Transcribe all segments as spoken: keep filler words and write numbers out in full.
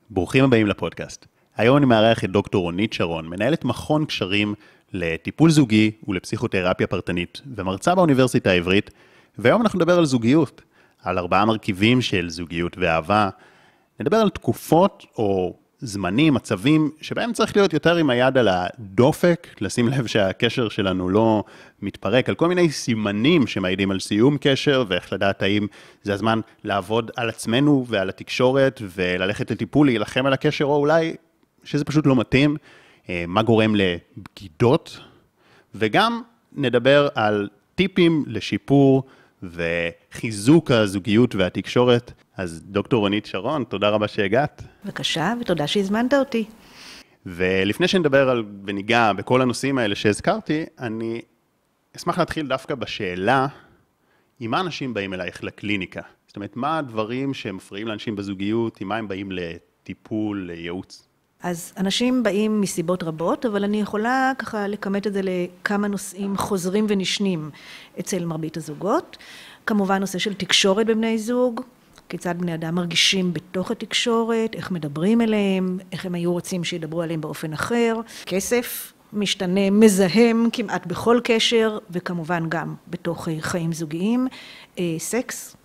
ברוכים הבאים לפודקאסט. היום אני מארח את דוקטור רונית שרון, מנהלת מכון קשרים לטיפול זוגי ולפסיכותרפיה פרטנית, ומרצה באוניברסיטה העברית, והיום אנחנו נדבר על זוגיות, על ארבעה מרכיבים של זוגיות ואהבה, נדבר על תקופות או זמנים, מצבים, שבהם צריך להיות יותר עם היד על הדופק, לשים לב שהקשר שלנו לא מתפרק, על כל מיני סימנים שמעידים על סיום קשר, ואיך לדעת האם זה הזמן לעבוד על עצמנו ועל התקשורת, וללכת לטיפול, להילחם על הקשר, או אולי שזה פשוט לא מתאים, מה גורם לבגידות, וגם נדבר על טיפים לשיפור וחיזוק הזוגיות והתקשורת. אז דוקטור רונית שרון, תודה רבה שהגעת. בבקשה, ותודה שהזמנת אותי. ולפני שנדבר על וניגע בכל הנושאים האלה שהזכרתי, אני אשמח להתחיל דווקא בשאלה, עם מה אנשים באים אלייך לקליניקה? זאת אומרת, מה הדברים שמפריעים לאנשים בזוגיות, עם מה הם באים לטיפול, לייעוץ? אז אנשים באים מסיבות רבות, אבל אני יכולה ככה לקמת את זה לכמה נושאים חוזרים ונשנים אצל מרבית הזוגות. כמובן נושא של תקשורת בבני זוג, כיצד בני אדם מרגישים בתוך התקשורת, איך מדברים אליהם, איך הם היו רוצים שידברו עליהם באופן אחר. כסף משתנה, מזהם כמעט בכל קשר, וכמובן גם בתוך חיים זוגיים. סקס,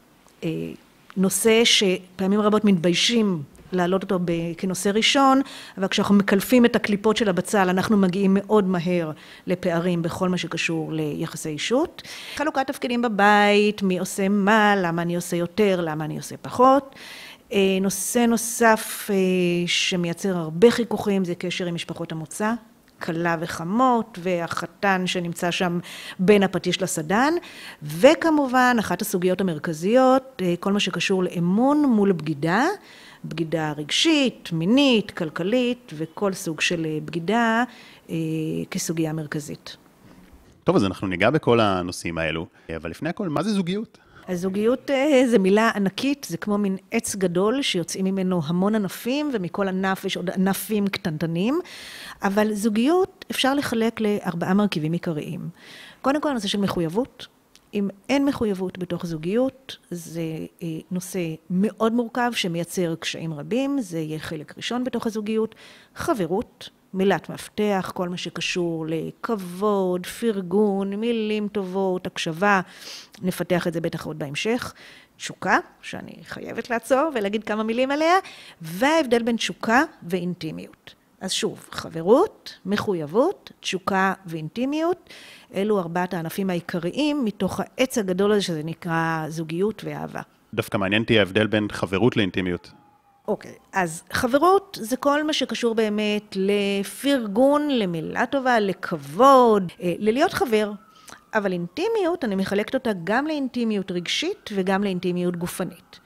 נושא שפעמים רבות מתביישים להעלות אותו כנושא ראשון, אבל כשאנחנו מקלפים את הקליפות של הבצל, אנחנו מגיעים מאוד מהר לפערים בכל מה שקשור ליחסי אישות. חלוקת תפקידים בבית, מי עושה מה, למה אני עושה יותר, למה אני עושה פחות. נושא נוסף שמייצר הרבה חיכוכים, זה קשר עם משפחות המוצא, קלה וחמות, והחתן שנמצא שם בין הפטיש לסדן, וכמובן, אחת הסוגיות המרכזיות, כל מה שקשור לאמון מול בגידה, בגידה רגשית, מינית, כלכלית, וכל סוג של בגידה אה, כסוגיה מרכזית. טוב, אז אנחנו ניגע בכל הנושאים האלו, אבל לפני הכל, מה זה זוגיות? הזוגיות אה, זה מילה ענקית, זה כמו מין עץ גדול שיוצאים ממנו המון ענפים, ומכל ענף יש עוד ענפים קטנטנים, אבל זוגיות אפשר לחלק לארבעה מרכיבים עיקריים. קודם כל, הנושא של מחויבות. אם אין מחויבות בתוך זוגיות, זה נושא מאוד מורכב שמייצר קשיים רבים, זה יהיה חלק ראשון בתוך הזוגיות. חברות, מילת מפתח, כל מה שקשור לכבוד, פרגון, מילים טובות, הקשבה, נפתח את זה בטח עוד בהמשך. תשוקה, שאני חייבת לעצור ולהגיד כמה מילים עליה, וההבדל בין תשוקה ואינטימיות. אז שוב, חברות, מחויבות, תשוקה ואינטימיות, אלו ארבעת הענפים העיקריים מתוך העץ הגדול הזה שזה נקרא זוגיות ואהבה. דווקא מעניין תהיה ההבדל בין חברות לאינטימיות. אוקיי, אז חברות זה כל מה שקשור באמת לפרגון, למילה טובה, לכבוד, ללהיות חבר. אבל אינטימיות, אני מחלקת אותה גם לאינטימיות רגשית וגם לאינטימיות גופנית.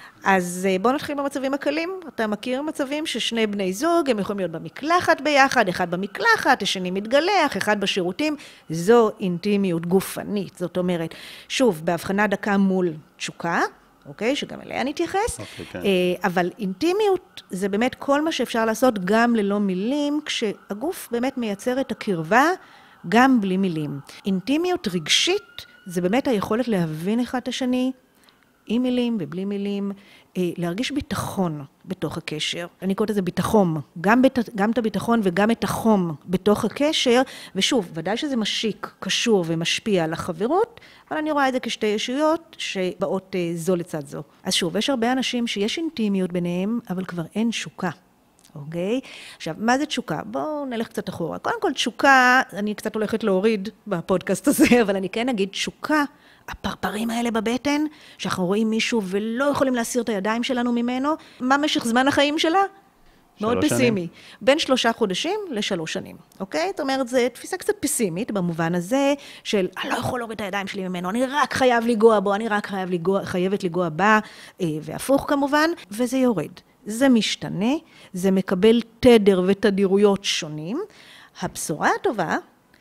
אז בואו נתחיל במצבים הקלים. אתה מכיר מצבים ששני בני זוג, הם יכולים להיות במקלחת ביחד, אחד במקלחת, השני מתגלח, אחד בשירותים. זו אינטימיות גופנית. זאת אומרת, שוב, בהבחנה דקה מול תשוקה, אוקיי, שגם אליה נתייחס, אוקיי, כן. אבל אינטימיות זה באמת כל מה שאפשר לעשות גם ללא מילים, כשהגוף באמת מייצר את הקרבה גם בלי מילים. אינטימיות רגשית זה באמת היכולת להבין אחד את השני, עם מילים ובלי מילים, להרגיש ביטחון בתוך הקשר. אני קוראת לזה ביטחון, גם, בת, גם את הביטחון וגם את החום בתוך הקשר, ושוב, ודאי שזה משיק, קשור ומשפיע על החברות, אבל אני רואה את זה כשתי ישויות שבאות זו לצד זו. אז שוב, יש הרבה אנשים שיש אינטימיות ביניהם, אבל כבר אין תשוקה. אוקיי? עכשיו, מה זה תשוקה? בואו נלך קצת אחורה. קודם כל, תשוקה, אני קצת הולכת להוריד בפודקאסט הזה, אבל אני כן אגיד, תשוקה, הפרפרים האלה בבטן, שאנחנו רואים מישהו ולא יכולים להסיר את הידיים שלנו ממנו, מה משך זמן החיים שלה? מאוד פסימי. בין שלושה חודשים לשלוש שנים, אוקיי? זאת אומרת, זו תפיסה קצת פסימית, במובן הזה של, אני לא יכול להוריד את הידיים שלי ממנו, אני רק חייב לגוע בו, אני רק חייב לגוע, חייבת לגוע בה, והפוך כמובן, וזה יורד. זה משתנה, זה מקבל תדר ותדירויות שונים. הבשורה הטובה,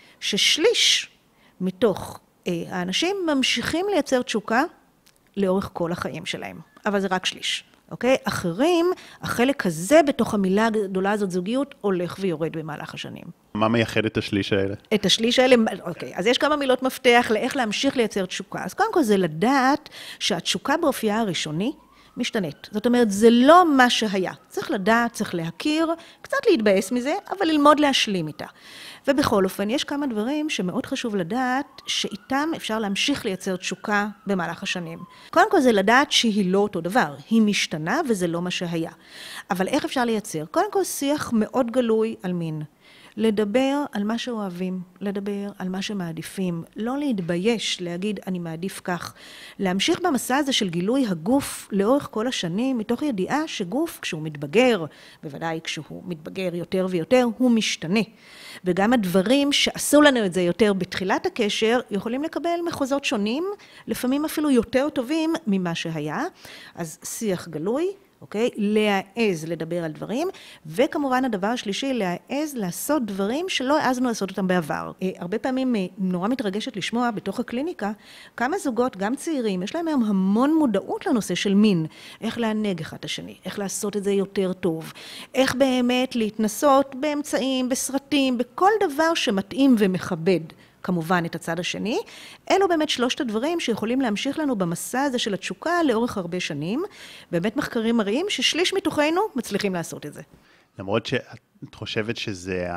ששליש מתוך האנשים ממשיכים לייצר תשוקה לאורך כל החיים שלהם, אבל זה רק שליש. אוקיי? אחרים, החלק הזה בתוך המילה הגדולה הזאת זוגיות, הולך ויורד במהלך השנים. מה מייחד את השליש האלה? את השליש האלה, אוקיי. אז יש כמה מילות מפתח לאיך להמשיך לייצר תשוקה. אז קודם כל זה לדעת שהתשוקה באופייה הראשוני, משתנית. זאת אומרת, זה לא מה שהיה. צריך לדעת, צריך להכיר, קצת להתבאס מזה, אבל ללמוד להשלים איתה. ובכל אופן, יש כמה דברים שמאוד חשוב לדעת, שאיתם אפשר להמשיך לייצר תשוקה במהלך השנים. קודם כל זה לדעת שהיא לא אותו דבר, היא משתנה וזה לא מה שהיה. אבל איך אפשר לייצר? קודם כל שיח מאוד גלוי על מין. לדבר על מה שאוהבים, לדבר על מה שמעדיפים, לא להתבייש, להגיד אני מעדיף כך. להמשיך במסע הזה של גילוי הגוף לאורך כל השנים, מתוך ידיעה שגוף כשהוא מתבגר, בוודאי כשהוא מתבגר יותר ויותר, הוא משתנה. וגם הדברים שעשו לנו את זה יותר בתחילת הקשר, יכולים לקבל מחוזות שונים, לפעמים אפילו יותר טובים ממה שהיה. אז שיח גלוי. אוקיי? להעז לדבר על דברים, וכמובן הדבר השלישי, להעז לעשות דברים שלא העזנו לעשות אותם בעבר. הרבה פעמים נורא מתרגשת לשמוע בתוך הקליניקה, כמה זוגות, גם צעירים, יש להם היום המון מודעות לנושא של מין, איך להנהג אחד את השני, איך לעשות את זה יותר טוב, איך באמת להתנסות באמצעים, בסרטים, בכל דבר שמתאים ומכבד. כמובן את הצד השני, אלו באמת שלושת הדברים שיכולים להמשיך לנו במסע הזה של התשוקה לאורך הרבה שנים. באמת מחקרים מראים ששליש מתוכנו מצליחים לעשות את זה. למרות שאת חושבת שזה,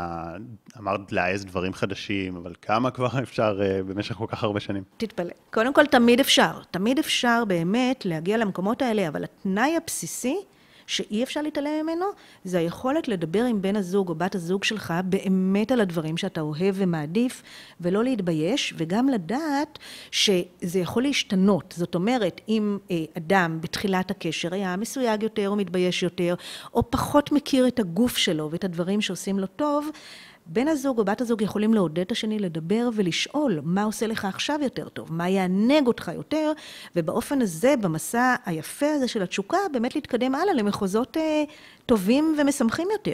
אמרת להעז דברים חדשים, אבל כמה כבר אפשר במשך כל כך הרבה שנים? תתפלא. קודם כל תמיד אפשר, תמיד אפשר באמת להגיע למקומות האלה, אבל התנאי הבסיסי, שאי אפשר להתעלם ממנו, זה היכולת לדבר עם בן הזוג או בת הזוג שלך באמת על הדברים שאתה אוהב ומעדיף, ולא להתבייש, וגם לדעת שזה יכול להשתנות. זאת אומרת, אם אה, אדם בתחילת הקשר היה מסויג יותר או מתבייש יותר, או פחות מכיר את הגוף שלו ואת הדברים שעושים לו טוב, בן הזוג או בת הזוג יכולים לעודד את השני לדבר ולשאול מה עושה לך עכשיו יותר טוב, מה יענג אותך יותר, ובאופן הזה, במסע היפה הזה של התשוקה, באמת להתקדם הלאה למחוזות אה, טובים ומשמחים יותר.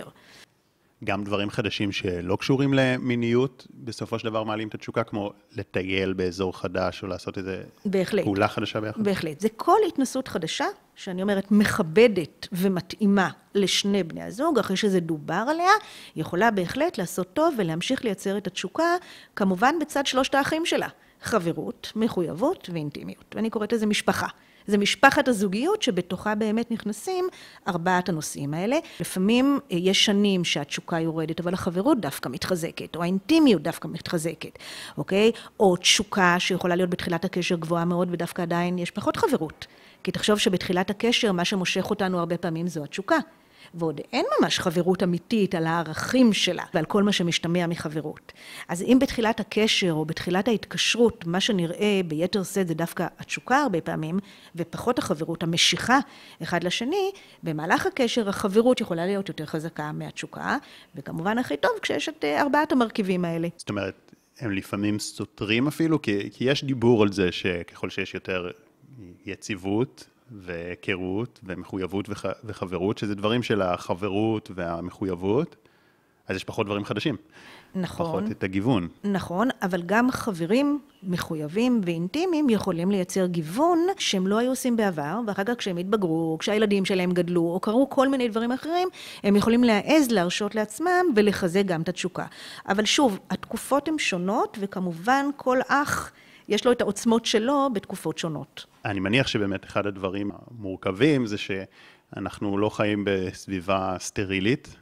גם דברים חדשים שלא קשורים למיניות, בסופו של דבר מעלים את התשוקה, כמו לטייל באזור חדש, או לעשות איזה בהחלט. פעולה חדשה ביחד? בהחלט. זה כל התנסות חדשה, שאני אומרת, מכבדת ומתאימה לשני בני הזוג, אחרי שזה דובר עליה, יכולה בהחלט לעשות טוב ולהמשיך לייצר את התשוקה, כמובן בצד שלושת האחים שלה, חברות, מחויבות ואינטימיות. ואני קוראת לזה משפחה. זה משפחת הזוגיות שבתוכה באמת נכנסים ארבעת הנושאים האלה. לפעמים יש שנים שהתשוקה יורדת, אבל החברות דווקא מתחזקת, או האינטימיות דווקא מתחזקת, אוקיי? או תשוקה שיכולה להיות בתחילת הקשר גבוהה מאוד, ודווקא עדיין יש פחות חברות. כי תחשוב שבתחילת הקשר מה שמושך אותנו הרבה פעמים זו התשוקה. ועוד אין ממש חברות אמיתית על הערכים שלה ועל כל מה שמשתמע מחברות. אז אם בתחילת הקשר או בתחילת ההתקשרות, מה שנראה ביתר שאת זה דווקא התשוקה הרבה פעמים, ופחות החברות, המשיכה אחד לשני, במהלך הקשר החברות יכולה להיות יותר חזקה מהתשוקה, וכמובן הכי טוב כשיש את ארבעת המרכיבים האלה. זאת אומרת, הם לפעמים סותרים אפילו, כי, כי יש דיבור על זה שככל שיש יותר יציבות, והיכרות ומחויבות וח... וחברות, שזה דברים של החברות והמחויבות, אז יש פחות דברים חדשים. נכון. פחות את הגיוון. נכון, אבל גם חברים מחויבים ואינטימיים יכולים לייצר גיוון שהם לא היו עושים בעבר, ואחר כך כשהם התבגרו, כשהילדים שלהם גדלו, או קראו כל מיני דברים אחרים, הם יכולים להעז להרשות לעצמם ולחזק גם את התשוקה. אבל שוב, התקופות הן שונות, וכמובן כל אח יש לו את העוצמות שלו בתקופות שונות. אני מניח שבאמת אחד הדברים המורכבים זה שאנחנו לא חיים בסביבה סטרילית,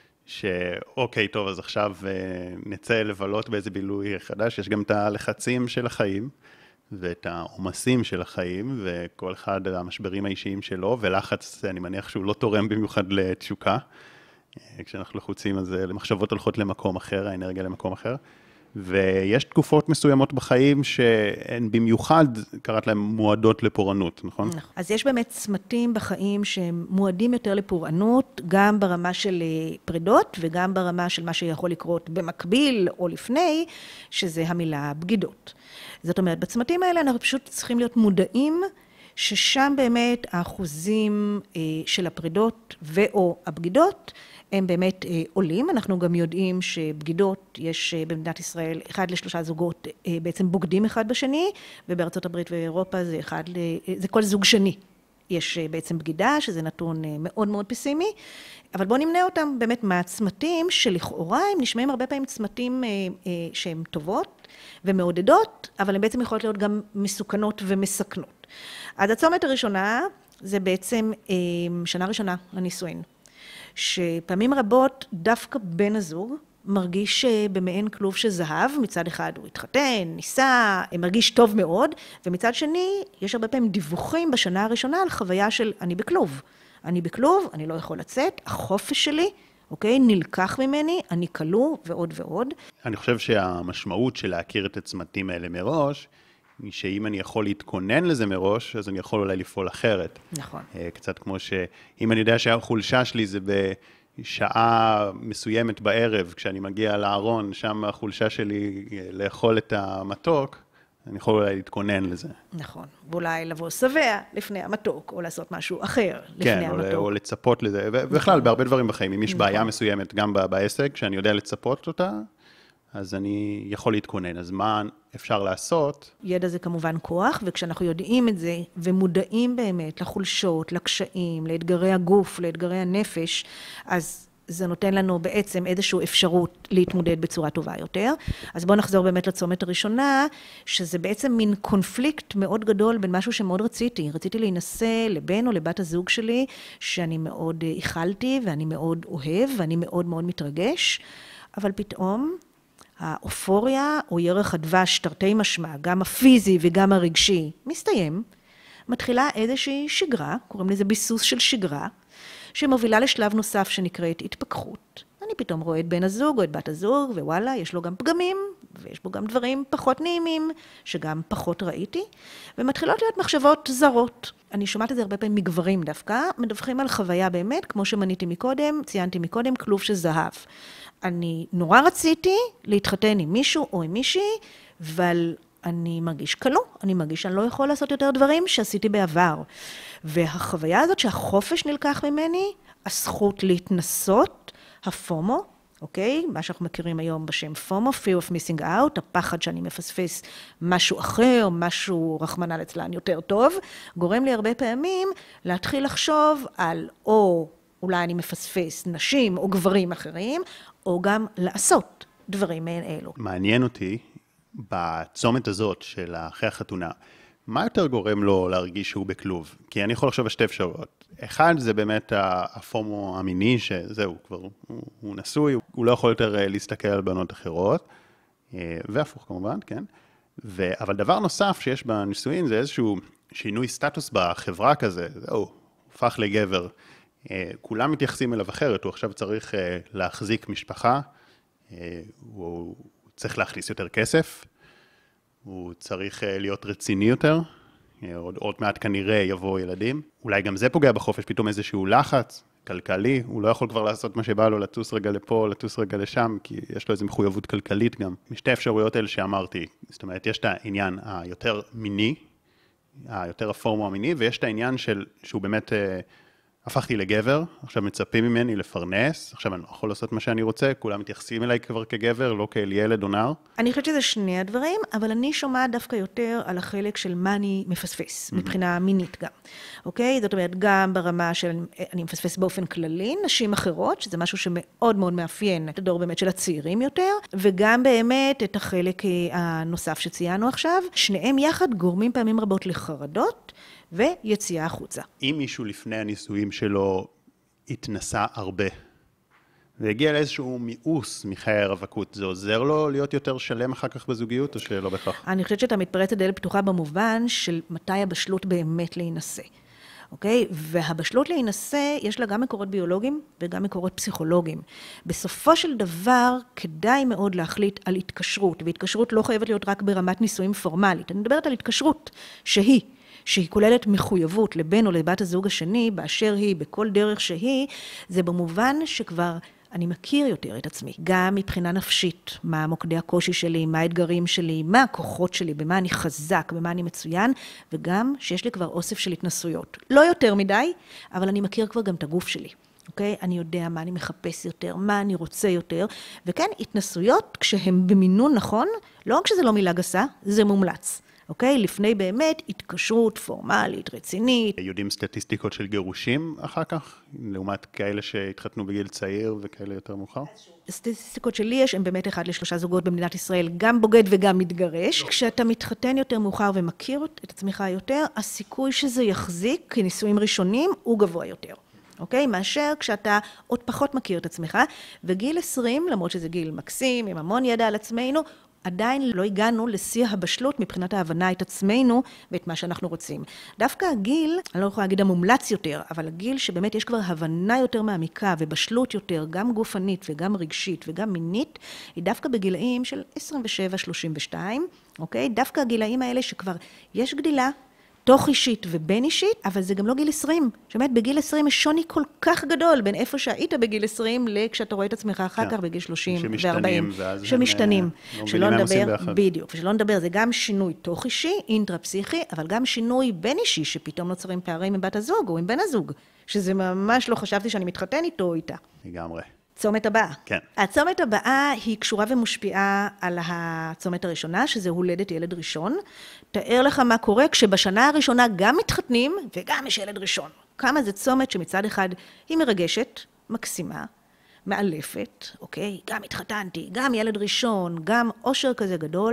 שאוקיי, טוב, אז עכשיו נצא לבלות באיזה בילוי חדש, יש גם את הלחצים של החיים, ואת העומסים של החיים, וכל אחד המשברים האישיים שלו, ולחץ, אני מניח שהוא לא תורם במיוחד לתשוקה, כשאנחנו לחוצים, אז למחשבות הולכות למקום אחר, האנרגיה למקום אחר, ויש תקופות מסוימות בחיים שהן במיוחד, קראת להן מועדות לפורענות, נכון? נכון. אז יש באמת צמתים בחיים שהם מועדים יותר לפורענות, גם ברמה של פרידות, וגם ברמה של מה שיכול לקרות במקביל או לפני, שזה המילה בגידות. זאת אומרת, בצמתים האלה אנחנו פשוט צריכים להיות מודעים, ששם באמת האחוזים של הפרידות ואו הבגידות, הם באמת אה, עולים. אנחנו גם יודעים שבגידות יש אה, במדינת ישראל אחד לשלושה זוגות אה, בעצם בוגדים אחד בשני, ובארצות הברית ואירופה זה אחד, אה, זה כל זוג שני. יש אה, בעצם בגידה, שזה נתון אה, מאוד מאוד פסימי, אבל בואו נמנה אותם באמת מהצמתים שלכאורה הם נשמעים הרבה פעמים צמתים אה, אה, שהן טובות ומעודדות, אבל הן בעצם יכולות להיות גם מסוכנות ומסכנות. אז הצומת הראשונה זה בעצם אה, שנה ראשונה לנישואין. שפעמים רבות דווקא בן הזוג מרגיש במעין כלוב של זהב, מצד אחד הוא התחתן, ניסה, מרגיש טוב מאוד, ומצד שני יש הרבה פעמים דיווחים בשנה הראשונה על חוויה של אני בכלוב. אני בכלוב, אני לא יכול לצאת, החופש שלי, אוקיי, נלקח ממני, אני כלוא ועוד ועוד. אני חושב שהמשמעות של להכיר את הצמתים האלה מראש, היא שאם אני יכול להתכונן לזה מראש, אז אני יכול אולי לפעול אחרת. נכון. קצת כמו שאם אני יודע שהחולשה שלי זה בשעה מסוימת בערב, כשאני מגיע לארון, שם החולשה שלי לאכול את המתוק, אני יכול אולי להתכונן לזה. נכון. ואולי לבוא שבע לפני המתוק, או לעשות משהו אחר לפני כן, המתוק. כן, או לצפות לזה. ובכלל, בהרבה דברים בחיים, אם יש בעיה מסוימת גם בעסק, שאני יודע לצפות אותה, אז אני יכול להתכונן. אז מה אפשר לעשות? ידע זה כמובן כוח, וכשאנחנו יודעים את זה, ומודעים באמת לחולשות, לקשיים, לאתגרי הגוף, לאתגרי הנפש, אז זה נותן לנו בעצם איזושהי אפשרות להתמודד בצורה טובה יותר. אז בואו נחזור באמת לצומת הראשונה, שזה בעצם מין קונפליקט מאוד גדול בין משהו שמאוד רציתי. רציתי להינשא לבן או לבת הזוג שלי, שאני מאוד איחלתי, ואני מאוד אוהב, ואני מאוד מאוד מתרגש, אבל פתאום האופוריה או ירח הדבש, תרתי משמע, גם הפיזי וגם הרגשי, מסתיים. מתחילה איזושהי שגרה, קוראים לזה ביסוס של שגרה, שמובילה לשלב נוסף שנקראת התפכחות. אני פתאום רואה את בן הזוג או את בת הזוג, ווואלה, יש לו גם פגמים, ויש בו גם דברים פחות נעימים, שגם פחות ראיתי, ומתחילות להיות מחשבות זרות. אני שומעת את זה הרבה פעמים מגברים דווקא, מדווחים על חוויה באמת, כמו שמניתי מקודם, ציינתי מקודם, כלוב של זהב. אני נורא רציתי להתחתן עם מישהו או עם מישהי, אבל אני מרגיש כלוא, אני מרגיש שאני לא יכול לעשות יותר דברים שעשיתי בעבר. והחוויה הזאת שהחופש נלקח ממני, הזכות להתנסות, הפומו, אוקיי? מה שאנחנו מכירים היום בשם פומו, fear of missing out, הפחד שאני מפספס משהו אחר, משהו רחמנא ליצלן יותר טוב, גורם לי הרבה פעמים להתחיל לחשוב על או אולי אני מפספס נשים או גברים אחרים, או גם לעשות דברים מעין אלו. מעניין אותי, בצומת הזאת של אחרי החתונה, מה יותר גורם לו להרגיש שהוא בכלוב? כי אני יכול לחשוב על שתי אפשרויות. אחד, זה באמת הפומו המיני, שזהו, כבר הוא, הוא נשוי, הוא לא יכול יותר להסתכל על בנות אחרות, והפוך כמובן, כן? ו, אבל דבר נוסף שיש בנישואין, זה איזשהו שינוי סטטוס בחברה כזה, זהו, הופך לגבר. כולם מתייחסים אליו אחרת, הוא עכשיו צריך להחזיק משפחה, הוא צריך להכניס יותר כסף, הוא צריך להיות רציני יותר, עוד, עוד מעט כנראה יבואו ילדים. אולי גם זה פוגע בחופש, פתאום איזשהו לחץ כלכלי, הוא לא יכול כבר לעשות מה שבא לו, לטוס רגע לפה, לטוס רגע לשם, כי יש לו איזו מחויבות כלכלית גם. משתי אפשרויות האלה שאמרתי, זאת אומרת, יש את העניין היותר מיני, היותר הפורמו המיני, ויש את העניין של, שהוא באמת הפכתי לגבר, עכשיו מצפים ממני לפרנס, עכשיו אני לא יכול לעשות מה שאני רוצה, כולם מתייחסים אליי כבר כגבר, לא כאל ילד או נער. אני חושבת שזה שני הדברים, אבל אני שומעת דווקא יותר על החלק של מה אני מפספס, מבחינה מינית גם. אוקיי? זאת אומרת, גם ברמה של אני מפספס באופן כללי, נשים אחרות, שזה משהו שמאוד מאוד מאפיין את הדור באמת של הצעירים יותר, וגם באמת את החלק הנוסף שציינו עכשיו, שניהם יחד גורמים פעמים רבות לחרדות, ויציאה החוצה. אם מישהו לפני הניסויים שלו התנסה הרבה, והגיע לאיזשהו מיאוס מחיי הרווקות, זה עוזר לו להיות יותר שלם אחר כך בזוגיות, או שלא בכך? אני חושבת שאתה מתפרץ לדלת פתוחה במובן של מתי הבשלות באמת להינשא. אוקיי? והבשלות להינשא, יש לה גם מקורות ביולוגיים וגם מקורות פסיכולוגיים. בסופו של דבר, כדאי מאוד להחליט על התקשרות, והתקשרות לא חייבת להיות רק ברמת נישואים פורמלית. אני מדברת על התקשרות שהיא, שהיא כוללת מחויבות לבן או לבת הזוג השני, באשר היא, בכל דרך שהיא, זה במובן שכבר אני מכיר יותר את עצמי. גם מבחינה נפשית, מה מוקדי הקושי שלי, מה האתגרים שלי, מה הכוחות שלי, במה אני חזק, במה אני מצוין, וגם שיש לי כבר אוסף של התנסויות. לא יותר מדי, אבל אני מכיר כבר גם את הגוף שלי. אוקיי? אני יודע מה אני מחפש יותר, מה אני רוצה יותר, וכן, התנסויות, כשהן במינון נכון, לא רק שזה לא מילה גסה, זה מומלץ. אוקיי? לפני באמת התקשרות פורמלית, רצינית. יודעים סטטיסטיקות של גירושים אחר כך, לעומת כאלה שהתחתנו בגיל צעיר וכאלה יותר מאוחר? הסטטיסטיקות שלי יש, הם באמת אחד לשלושה זוגות במדינת ישראל, גם בוגד וגם מתגרש. כשאתה מתחתן יותר מאוחר ומכיר את עצמך יותר, הסיכוי שזה יחזיק כנישואים ראשונים הוא גבוה יותר. אוקיי? מאשר כשאתה עוד פחות מכיר את עצמך, וגיל עשרים, למרות שזה גיל מקסים, עם המון ידע על עצמנו, עדיין לא הגענו לשיא הבשלות מבחינת ההבנה את עצמנו ואת מה שאנחנו רוצים. דווקא הגיל, אני לא יכולה להגיד המומלץ יותר, אבל הגיל שבאמת יש כבר הבנה יותר מעמיקה ובשלות יותר, גם גופנית וגם רגשית וגם מינית, היא דווקא בגילאים של עשרים ושבע שלושים ושתיים, אוקיי? דווקא הגילאים האלה שכבר יש גדילה, תוך אישית ובין אישית, אבל זה גם לא גיל עשרים. שבאמת, בגיל עשרים יש שוני כל כך גדול בין איפה שהיית בגיל עשרים לכשאתה רואה את עצמך אחר כך בגיל שלושים וארבעים. שמשתנים. שלא נדבר, בדיוק. ושלא נדבר, זה גם שינוי תוך אישי, אינטרפסיכי, אבל גם שינוי בין אישי, שפתאום נוצרים פערים עם בת הזוג או עם בן הזוג, שזה ממש לא חשבתי שאני מתחתן איתו או איתה. לגמרי. צומת הבאה. כן. הצומת הבאה היא קשורה ומשפיעה על הצומת הראשונה, שזה הולדת ילד ראשון. תאר לך מה קורה כשבשנה הראשונה גם מתחתנים וגם יש ילד ראשון. כמה זה צומת שמצד אחד היא מרגשת, מקסימה, מאלפת, אוקיי? גם התחתנתי, גם ילד ראשון, גם עושר כזה גדול,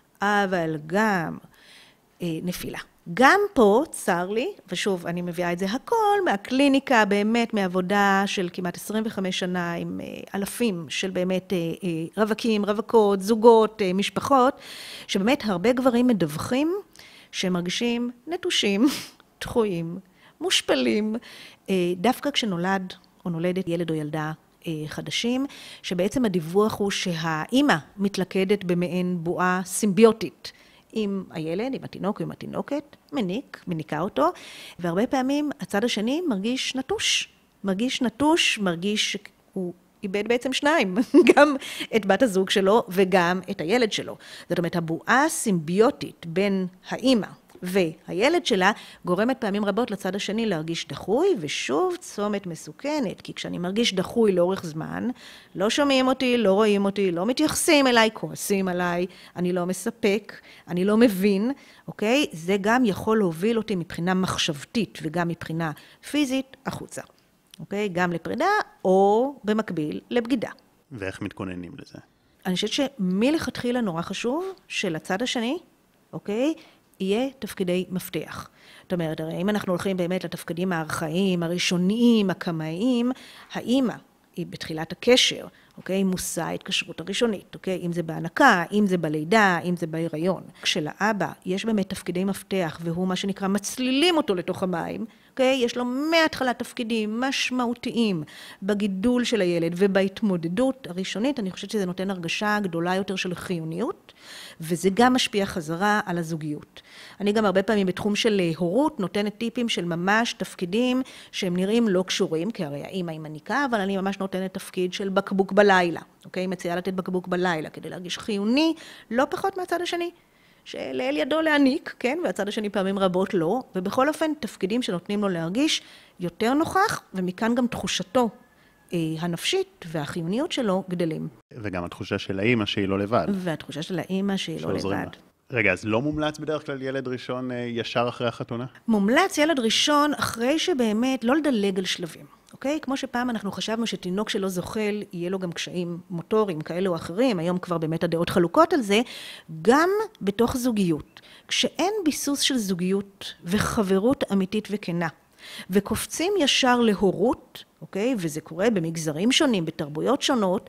אבל גם אה, נפילה. גם פה, צר לי, ושוב, אני מביאה את זה הכל, מהקליניקה, באמת, מעבודה של כמעט עשרים וחמש שנה, עם אה, אלפים של באמת אה, אה, רווקים, רווקות, זוגות, אה, משפחות, שבאמת הרבה גברים מדווחים, שהם מרגישים נטושים, דחויים, מושפלים, אה, דווקא כשנולד או נולדת ילד או ילדה אה, חדשים, שבעצם הדיווח הוא שהאימא מתלכדת במעין בועה סימביוטית, עם הילד, עם התינוק ועם התינוקת, מניק, מניקה אותו, והרבה פעמים הצד השני מרגיש נטוש. מרגיש נטוש, מרגיש שהוא איבד בעצם שניים, גם את בת הזוג שלו וגם את הילד שלו. זאת אומרת, הבועה הסימביוטית בין האימא והילד שלה גורמת פעמים רבות לצד השני להרגיש דחוי, ושוב צומת מסוכנת, כי כשאני מרגיש דחוי לאורך זמן, לא שומעים אותי, לא רואים אותי, לא מתייחסים אליי, כועסים עליי, אני לא מספק, אני לא מבין, אוקיי? זה גם יכול להוביל אותי מבחינה מחשבתית וגם מבחינה פיזית החוצה, אוקיי? גם לפרידה או במקביל לבגידה. ואיך מתכוננים לזה? אני חושבת שמלכתחילה נורא חשוב שלצד השני, אוקיי? יהיה תפקידי מפתח. זאת אומרת, הרי אם אנחנו הולכים באמת לתפקידים הארכאיים, הראשוניים, הקמאיים, האמא היא בתחילת הקשר, אוקיי? מושא ההתקשרות הראשונית, אוקיי? אם זה בהנקה, אם זה בלידה, אם זה בהיריון. כשלאבא יש באמת תפקידי מפתח, והוא מה שנקרא מצלילים אותו לתוך המים, אוקיי? יש לו מהתחלת תפקידים משמעותיים בגידול של הילד ובהתמודדות הראשונית, אני חושבת שזה נותן הרגשה גדולה יותר של חיוניות, וזה גם משפיע חזרה על הזוגיות. אני גם הרבה פעמים בתחום של הורות נותנת טיפים של ממש תפקידים שהם נראים לא קשורים, כי הרי האמא היא מניקה, אבל אני ממש נותנת תפקיד של בקבוק בלילה, אוקיי? מציעה לתת בקבוק בלילה, כדי להרגיש חיוני, לא פחות מהצד השני. שלאל ידו להניק, כן? והצד השני פעמים רבות לא, ובכל אופן תפקידים שנותנים לו להרגיש יותר נוכח, ומכאן גם תחושתו אה, הנפשית והחיוניות שלו גדלים. וגם התחושה של האמא שהיא לא לבד. והתחושה של האמא שהיא לא לבד. לה. רגע, אז לא מומלץ בדרך כלל ילד ראשון אה, ישר אחרי החתונה? מומלץ ילד ראשון אחרי שבאמת לא לדלג על שלבים. אוקיי? כמו שפעם אנחנו חשבנו שתינוק שלא זוחל, יהיה לו גם קשיים מוטוריים כאלה או אחרים, היום כבר באמת הדעות חלוקות על זה, גם בתוך זוגיות. כשאין ביסוס של זוגיות וחברות אמיתית וכנה, וקופצים ישר להורות, אוקיי? וזה קורה במגזרים שונים, בתרבויות שונות,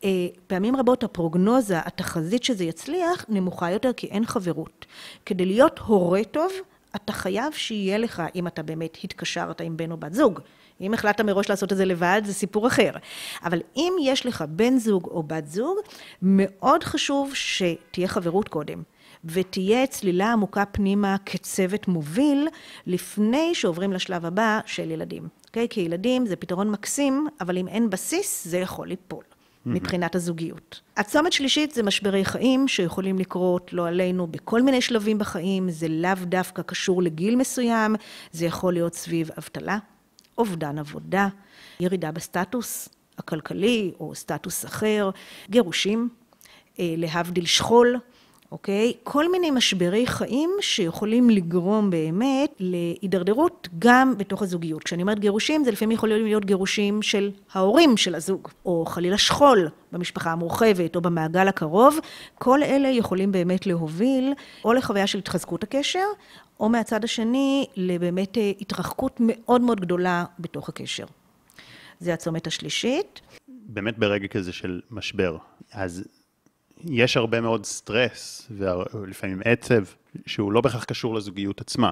פעמים רבות הפרוגנוזה, התחזית שזה יצליח, נמוכה יותר כי אין חברות. כדי להיות הורה טוב, אתה חייב שיהיה לך, אם אתה באמת התקשרת עם בן או בת זוג. אם החלטת מראש לעשות את זה לבד, זה סיפור אחר. אבל אם יש לך בן זוג או בת זוג, מאוד חשוב שתהיה חברות קודם, ותהיה צלילה עמוקה פנימה כצוות מוביל, לפני שעוברים לשלב הבא של ילדים. Okay? כי ילדים זה פתרון מקסים, אבל אם אין בסיס, זה יכול ליפול. מבחינת הזוגיות. הצומת שלישית זה משברי חיים שיכולים לקרות לא עלינו בכל מיני שלבים בחיים, זה לאו דווקא קשור לגיל מסוים, זה יכול להיות סביב אבטלה, אובדן עבודה, ירידה בסטטוס הכלכלי או סטטוס אחר, גירושים, להבדיל שכול, אוקיי? כל מיני משברי חיים שיכולים לגרום באמת להידרדרות גם בתוך הזוגיות. כשאני אומרת גירושים, זה לפעמים יכולים להיות גירושים של ההורים של הזוג, או חלילה שכול במשפחה המורחבת, או במעגל הקרוב. כל אלה יכולים באמת להוביל או לחוויה של התחזקות הקשר, או מהצד השני לבאמת התרחקות מאוד מאוד גדולה בתוך הקשר. זה הצומת השלישית. באמת ברגע כזה של משבר, אז יש הרבה מאוד סטרס, ולפעמים עצב, שהוא לא בכך קשור לזוגיות עצמה.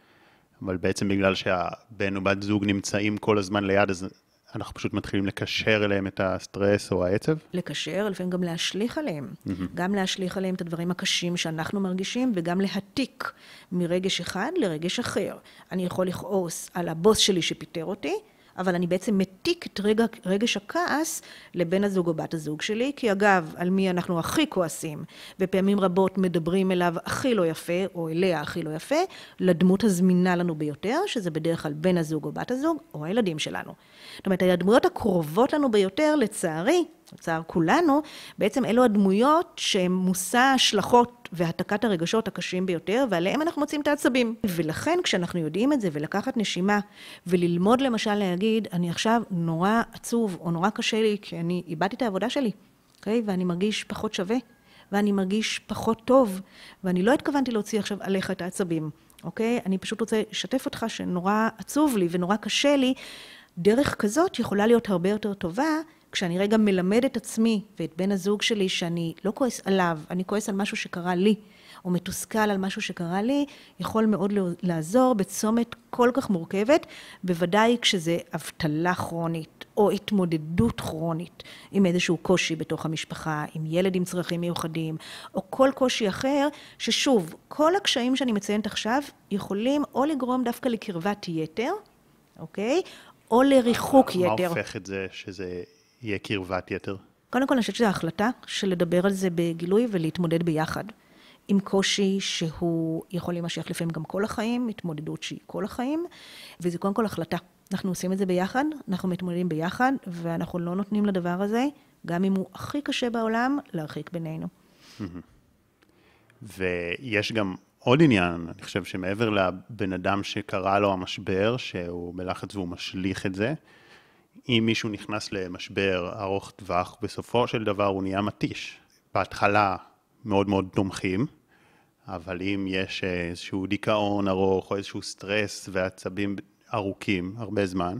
אבל בעצם בגלל שהבן או בת זוג נמצאים כל הזמן ליד, אז אנחנו פשוט מתחילים לקשר אליהם את הסטרס או העצב? לקשר, לפעמים גם להשליך עליהם. Mm-hmm. גם להשליך עליהם את הדברים הקשים שאנחנו מרגישים, וגם להתיק מרגש אחד לרגש אחר. אני יכול לכעוס על הבוס שלי שפיטר אותי, אבל אני בעצם מתיק את רגע, רגש הכעס לבן הזוג או בת הזוג שלי, כי אגב, על מי אנחנו הכי כועסים, ופעמים רבות מדברים אליו הכי לא יפה, או אליה הכי לא יפה, לדמות הזמינה לנו ביותר, שזה בדרך כלל בן הזוג או בת הזוג, או הילדים שלנו. זאת אומרת, הדמויות הקרובות לנו ביותר, לצערי, לצער כולנו, בעצם אלו הדמויות שהן מושא השלכות והתקת הרגשות הקשים ביותר, ועליהם אנחנו מוצאים את העצבים. ולכן כשאנחנו יודעים את זה ולקחת נשימה, וללמוד למשל להגיד, אני עכשיו נורא עצוב או נורא קשה לי, כי אני איבדתי את העבודה שלי, אוקיי? ואני מרגיש פחות שווה, ואני מרגיש פחות טוב, ואני לא התכוונתי להוציא עכשיו עליך את העצבים, אוקיי? אני פשוט רוצה לשתף אותך שנורא עצוב לי ונורא קשה לי. דרך כזאת יכולה להיות הרבה יותר טובה, כשאני רגע מלמד את עצמי ואת בן הזוג שלי שאני לא כועס עליו, אני כועס על משהו שקרה לי, או מתוסכל על משהו שקרה לי, יכול מאוד לעזור בצומת כל כך מורכבת, בוודאי כשזה אבטלה כרונית, או התמודדות כרונית, עם איזשהו קושי בתוך המשפחה, עם ילד עם צרכים מיוחדים, או כל קושי אחר, ששוב, כל הקשיים שאני מציינת עכשיו, יכולים או לגרום דווקא לקרבת יתר, אוקיי? או לריחוק יתר. מה הופך את זה שזה יהיה קרבת יתר? קודם כל, אני חושבת שזו ההחלטה של לדבר על זה בגילוי ולהתמודד ביחד. עם קושי שהוא יכול להימשך לפעמים גם כל החיים, התמודדות שהיא כל החיים, וזה קודם כל החלטה. אנחנו עושים את זה ביחד, אנחנו מתמודדים ביחד, ואנחנו לא נותנים לדבר הזה, גם אם הוא הכי קשה בעולם, להרחיק בינינו. ויש גם עוד עניין, אני חושב שמעבר לבן אדם שקרא לו המשבר, שהוא בלחץ והוא משליך את זה, אם מישהו נכנס למשבר ארוך טווח, בסופו של דבר הוא נהיה מתיש. בהתחלה מאוד מאוד תומכים, אבל אם יש איזשהו דיכאון ארוך או איזשהו סטרס ועצבים ארוכים הרבה זמן,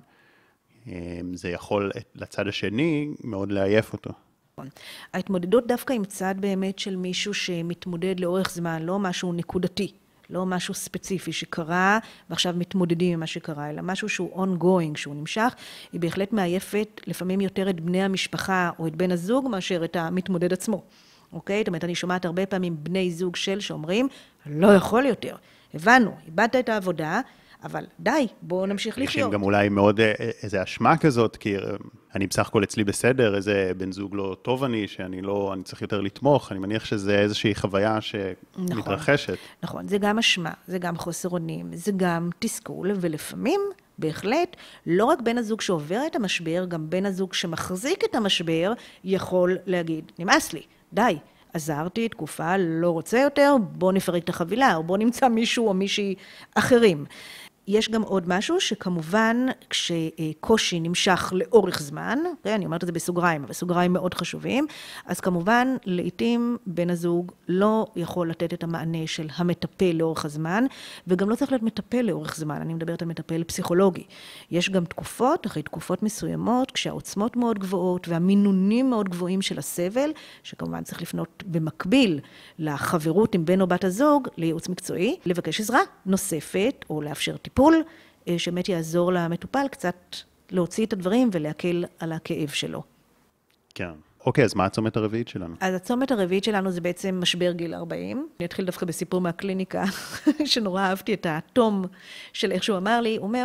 זה יכול לצד השני מאוד לעייף אותו. ההתמודדות דווקא עם צד באמת של מישהו שמתמודד לאורך זמן, לא משהו נקודתי, לא משהו ספציפי שקרה ועכשיו מתמודדים עם מה שקרה, אלא משהו שהוא ongoing, שהוא נמשך, היא בהחלט מעייפת לפעמים יותר את בני המשפחה או את בן הזוג מאשר את המתמודד עצמו. אוקיי? זאת אומרת, אני שומעת הרבה פעמים בני זוג של שאומרים, לא יכול יותר. הבנו, איבדת את העבודה, אבל די, בואו נמשיך לחיות. יש גם אולי מאוד איזו אשמה כזאת, כי אני בסך הכל אצלי בסדר, איזה בן זוג לא טוב אני, שאני לא, אני צריך יותר לתמוך, אני מניח שזה איזושהי חוויה שמתרחשת. נכון, זה גם אשמה, זה גם חוסר אונים, זה גם תסכול, ולפעמים, בהחלט, לא רק בן הזוג שעובר את המשבר, גם בן הזוג שמחזיק את המשבר, יכול להגיד, נמאס לי, די. עזרתי, תקופה, לא רוצה יותר, בוא נפרק את החבילה, או בוא נמצא מישהו או מישהי אחרים. יש גם עוד משהו שכמובן כשקושי נמשך לאורך זמן, אני אומרת את זה בסוגריים, אבל סוגריים מאוד חשובים, אז כמובן לעתים בן הזוג לא יכול לתת את המענה של המטפל לאורך הזמן, וגם לא צריך להיות מטפל לאורך זמן, אני מדברת על מטפל פסיכולוגי. יש גם תקופות, אחרי תקופות מסוימות, כשהעוצמות מאוד גבוהות והמינונים מאוד גבוהים של הסבל, שכמובן צריך לפנות במקביל לחברות עם בן או בת הזוג, לייעוץ מקצועי, לבקש עזרה נוספת או לאפשר טיפול, שבאמת יעזור למטופל קצת להוציא את הדברים ולהקל על הכאב שלו. כן. אוקיי, אז מה הצומת הרביעית שלנו? אז הצומת הרביעית שלנו זה בעצם משבר גיל ארבעים. אני אתחיל דווקא בסיפור מהקליניקה, שנורא אהבתי את התום של איך שהוא אמר לי. הוא אומר,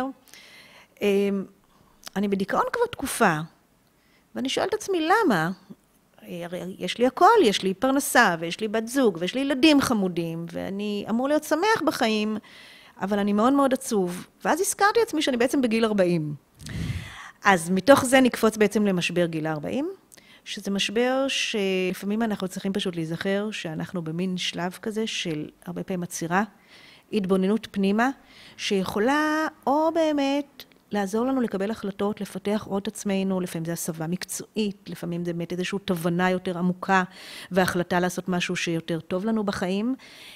אני בדיכאון כבר תקופה, ואני שואלת את עצמי למה? יש לי הכל, יש לי פרנסה, ויש לי בת זוג, ויש לי ילדים חמודים, ואני אמור להיות שמח בחיים, אבל אני מאוד מאוד עצוב. ואז הזכרתי עצמי שאני בעצם בגיל ארבעים. אז מתוך זה נקפוץ בעצם למשבר גיל ארבעים, שזה משבר שלפעמים אנחנו צריכים פשוט להיזכר שאנחנו במין שלב כזה של הרבה פעמים עצירה, התבוננות פנימה, שיכולה או באמת לעזור לנו לקבל החלטות, לפתח עוד עצמנו, לפעמים זה הסבה מקצועית, לפעמים זה באמת איזושהי תובנה יותר עמוקה, והחלטה לעשות משהו שיותר טוב לנו בחיים,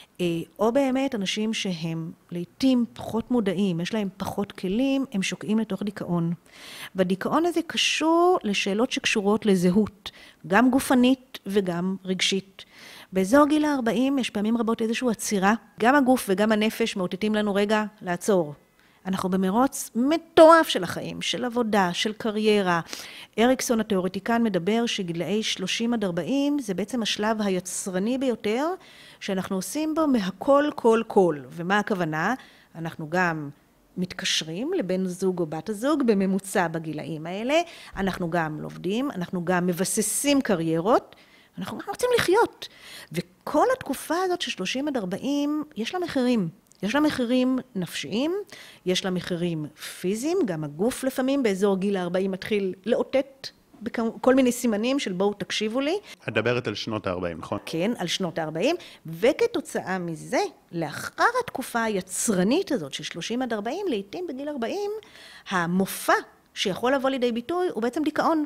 או באמת אנשים שהם לעתים פחות מודעים, יש להם פחות כלים, הם שוקעים לתוך דיכאון. והדיכאון הזה קשור לשאלות שקשורות לזהות, גם גופנית וגם רגשית. באזור גיל ה-ארבעים יש פעמים רבות איזושהי עצירה, גם הגוף וגם הנפש מאותתים לנו רגע לעצור. אנחנו במרוץ מטורף של החיים, של עבודה, של קריירה. אריקסון התיאורטיקן מדבר שגילאי שלושים עד ארבעים זה בעצם השלב היצרני ביותר שאנחנו עושים בו מהכל כל כל. ומה הכוונה? אנחנו גם מתקשרים לבן זוג או בת הזוג בממוצע בגילאים האלה, אנחנו גם לומדים, אנחנו גם מבססים קריירות, אנחנו גם רוצים לחיות. וכל התקופה הזאת של שלושים עד ארבעים יש לה מחירים. יש לה מחירים נפשיים, יש לה מחירים פיזיים, גם הגוף לפעמים באזור גיל ה-ארבעים מתחיל לאותת בכל מיני סימנים של בואו תקשיבו לי. את מדברת על שנות ה-ארבעים, נכון? כן, על שנות ה-ארבעים, וכתוצאה מזה, לאחר התקופה היצרנית הזאת של שלושים עד ארבעים, לעתים בגיל ארבעים, המופע שיכול לבוא לידי ביטוי הוא בעצם דיכאון.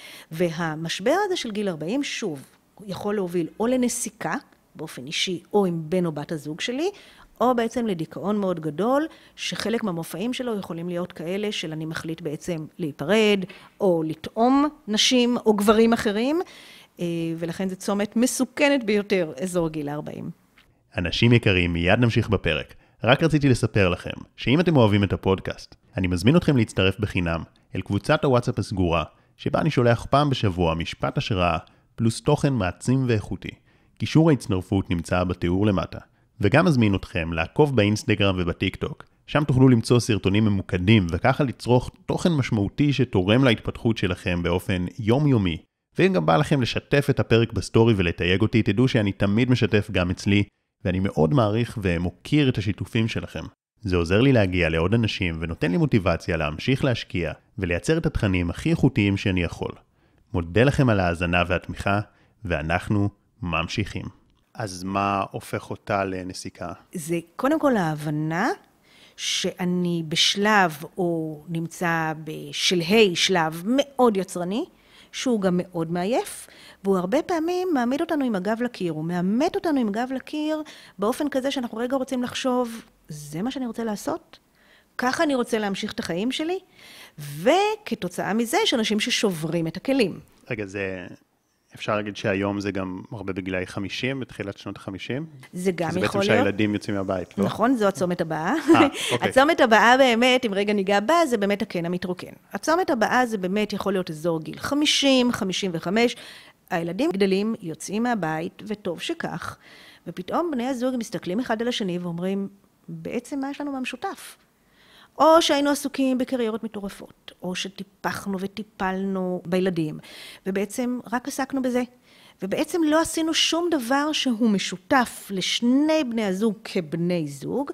והמשבר הזה של גיל ארבעים, שוב, יכול להוביל או לנסיקה, באופן אישי, או עם בן או בת הזוג שלי, או בעצם לדיכאון מאוד גדול, שחלק מהמופעים שלו יכולים להיות כאלה של אני מחליט בעצם להיפרד, או לטעום נשים או גברים אחרים, ולכן זה צומת מסוכנת ביותר, אזור גיל ארבעים. אנשים יקרים, מיד נמשיך בפרק. רק רציתי לספר לכם, שאם אתם אוהבים את הפודקאסט, אני מזמין אתכם להצטרף בחינם אל קבוצת הוואטסאפ הסגורה, שבה אני שולח פעם בשבוע משפט השראה, פלוס תוכן מעצים ואיכותי. קישור ההצטרפות נמצא בתיאור למטה. וגם מזמין אתכם לעקוב באינסטגרם ובטיק טוק. שם תוכלו למצוא סרטונים ממוקדים וככה לצרוך תוכן משמעותי שתורם להתפתחות שלכם באופן יומיומי. ואם גם בא לכם לשתף את הפרק בסטורי ולתייג אותי, תדעו שאני תמיד משתף גם אצלי, ואני מאוד מעריך ומוקיר את השיתופים שלכם. זה עוזר לי להגיע לעוד אנשים ונותן לי מוטיבציה להמשיך להשקיע ולייצר את התכנים הכי איכותיים שאני יכול. מודה לכם על ההאזנה והתמיכה, ואנחנו ממשיכים. אז מה הופך אותה לנסיקה? זה קודם כל ההבנה שאני בשלב או נמצא בשלהי שלב מאוד יצרני, שהוא גם מאוד מעייף, והוא הרבה פעמים מעמיד אותנו עם הגב לקיר, הוא מעמד אותנו עם הגב לקיר באופן כזה שאנחנו רגע רוצים לחשוב, זה מה שאני רוצה לעשות? ככה אני רוצה להמשיך את החיים שלי? וכתוצאה מזה יש אנשים ששוברים את הכלים. רגע, זה... אפשר להגיד שהיום זה גם הרבה בגילאי חמישים, בתחילת שנות ה-חמישים? זה גם יכול להיות. זה בעצם שהילדים יוצאים מהבית, לא? נכון, זו הצומת הבאה. אה, אוקיי. הצומת הבאה באמת, אם רגע ניגע בה, זה באמת הקן המתרוקן. הצומת הבאה זה באמת יכול להיות אזור גיל חמישים, חמישים וחמש. הילדים גדלים, יוצאים מהבית, וטוב שכך. ופתאום בני הזוג מסתכלים אחד על השני ואומרים, בעצם מה יש לנו מהמשותף? או שהיינו עסוקים בקריירות מטורפות, או שטיפחנו וטיפלנו בילדים, ובעצם רק עסקנו בזה. ובעצם לא עשינו שום דבר שהוא משותף לשני בני הזוג כבני זוג,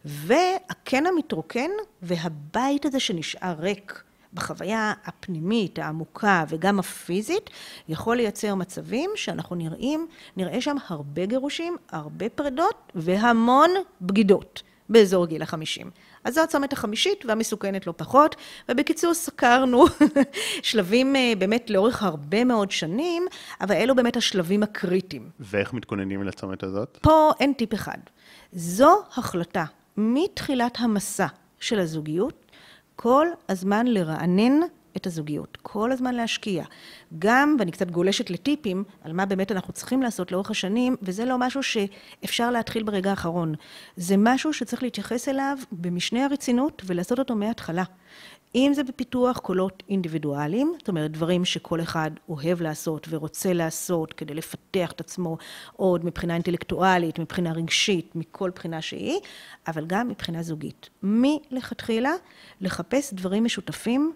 והקן המתרוקן והבית הזה שנשאר ריק בחוויה הפנימית, העמוקה וגם הפיזית, יכול לייצר מצבים שאנחנו נראים, נראה שם הרבה גירושים, הרבה פרדות והמון בגידות באזור גיל החמישים. אז זו הצומת החמישית והמסוכנת לא פחות, ובקיצור סקרנו שלבים באמת לאורך הרבה מאוד שנים, אבל אלו באמת השלבים הקריטיים. ואיך מתכוננים לצומת הזאת? פה אין טיפ אחד. זו החלטה מתחילת המסע של הזוגיות, כל הזמן לרענן את הזוגיות, כל הזמן להשקיע. גם, ואני קצת גולשת לטיפים, על מה באמת אנחנו צריכים לעשות לאורך השנים, וזה לא משהו שאפשר להתחיל ברגע האחרון. זה משהו שצריך להתייחס אליו במשנה הרצינות, ולעשות אותו מההתחלה. אם זה בפיתוח קולות אינדיבידואליים, זאת אומרת דברים שכל אחד אוהב לעשות ורוצה לעשות כדי לפתח את עצמו עוד מבחינה אינטלקטואלית, מבחינה רגשית, מכל בחינה שהיא, אבל גם מבחינה זוגית. מלכתחילה לחפש דברים משותפים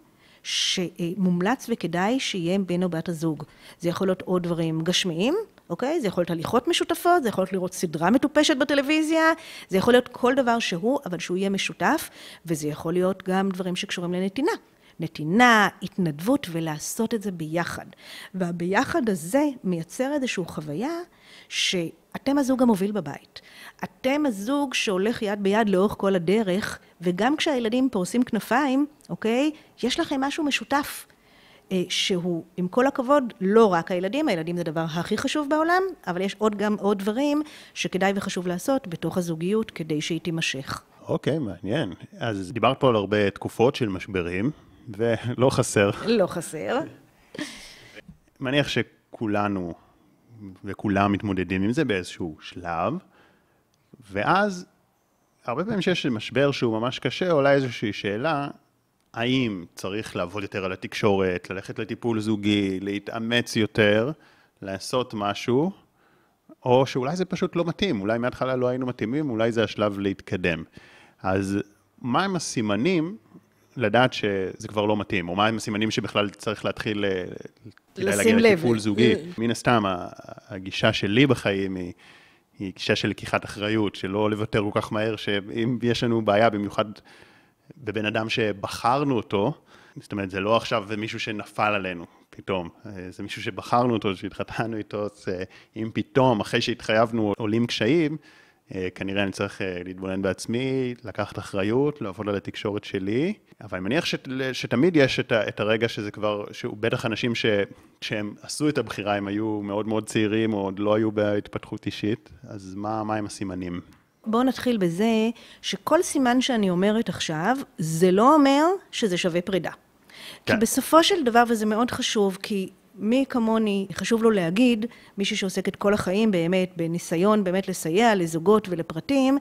שמומלץ וכדאי שיהיה בין או בת הזוג. זה יכול להיות עוד דברים גשמיים, אוקיי? זה יכול להיות הליכות משותפות, זה יכול להיות לראות סדרה מטופשת בטלוויזיה, זה יכול להיות כל דבר שהוא, אבל שהוא יהיה משותף, וזה יכול להיות גם דברים שקשורים לנתינה. נתינה, התנדבות, ולעשות את זה ביחד. והביחד הזה מייצר איזושהי חוויה שאתם הזוג המוביל בבית. אתם הזוג שהולך יד ביד לאורך כל הדרך, וגם כשהילדים פורסים כנפיים, אוקיי, יש לכם משהו משותף. שהוא, עם כל הכבוד, לא רק הילדים, הילדים זה הדבר הכי חשוב בעולם, אבל יש עוד גם עוד דברים שכדאי וחשוב לעשות בתוך הזוגיות כדי שהיא תימשך. אוקיי, מעניין. אז דיברת פה על הרבה תקופות של משברים, ולא חסר. לא חסר. מניח שכולנו וכולם מתמודדים עם זה באיזשהו שלב, ואז הרבה פעמים שיש משבר שהוא ממש קשה, עולה איזושהי שאלה, האם צריך לעבוד יותר על התקשורת, ללכת לטיפול זוגי, להתאמץ יותר, לעשות משהו, או שאולי זה פשוט לא מתאים, אולי מההתחלה לא היינו מתאימים, אולי זה השלב להתקדם. אז מה הם הסימנים לדעת שזה כבר לא מתאים, או מה הם הסימנים שבכלל צריך להתחיל לשים לב. לטיפול זוגי? מן הסתם, הגישה שלי בחיים היא, היא גישה של לקיחת אחריות, שלא לוותר כל כך מהר, שאם יש לנו בעיה, במיוחד בבן אדם שבחרנו אותו, זאת אומרת, זה לא עכשיו מישהו שנפל עלינו פתאום, זה מישהו שבחרנו אותו, שהתחתנו איתו, אם פתאום, אחרי שהתחייבנו עולים קשיים, כנראה אני צריך להתבונן בעצמי, לקחת אחריות, לעבוד על התקשורת שלי, אבל אני מניח שתמיד יש את הרגע שזה כבר, שהוא בטח אנשים שהם עשו את הבחירה, הם היו מאוד מאוד צעירים, או עוד לא היו בהתפתחות אישית, אז מה, מה הם הסימנים? בואו נתחיל בזה שכל סימן שאני אומרת עכשיו, זה לא אומר שזה שווה פרידה. כן. כי בסופו של דבר, וזה מאוד חשוב, כי מי כמוני חשוב לו להגיד, מישהו שעוסק את כל החיים באמת, בניסיון באמת לסייע לזוגות ולפרטים,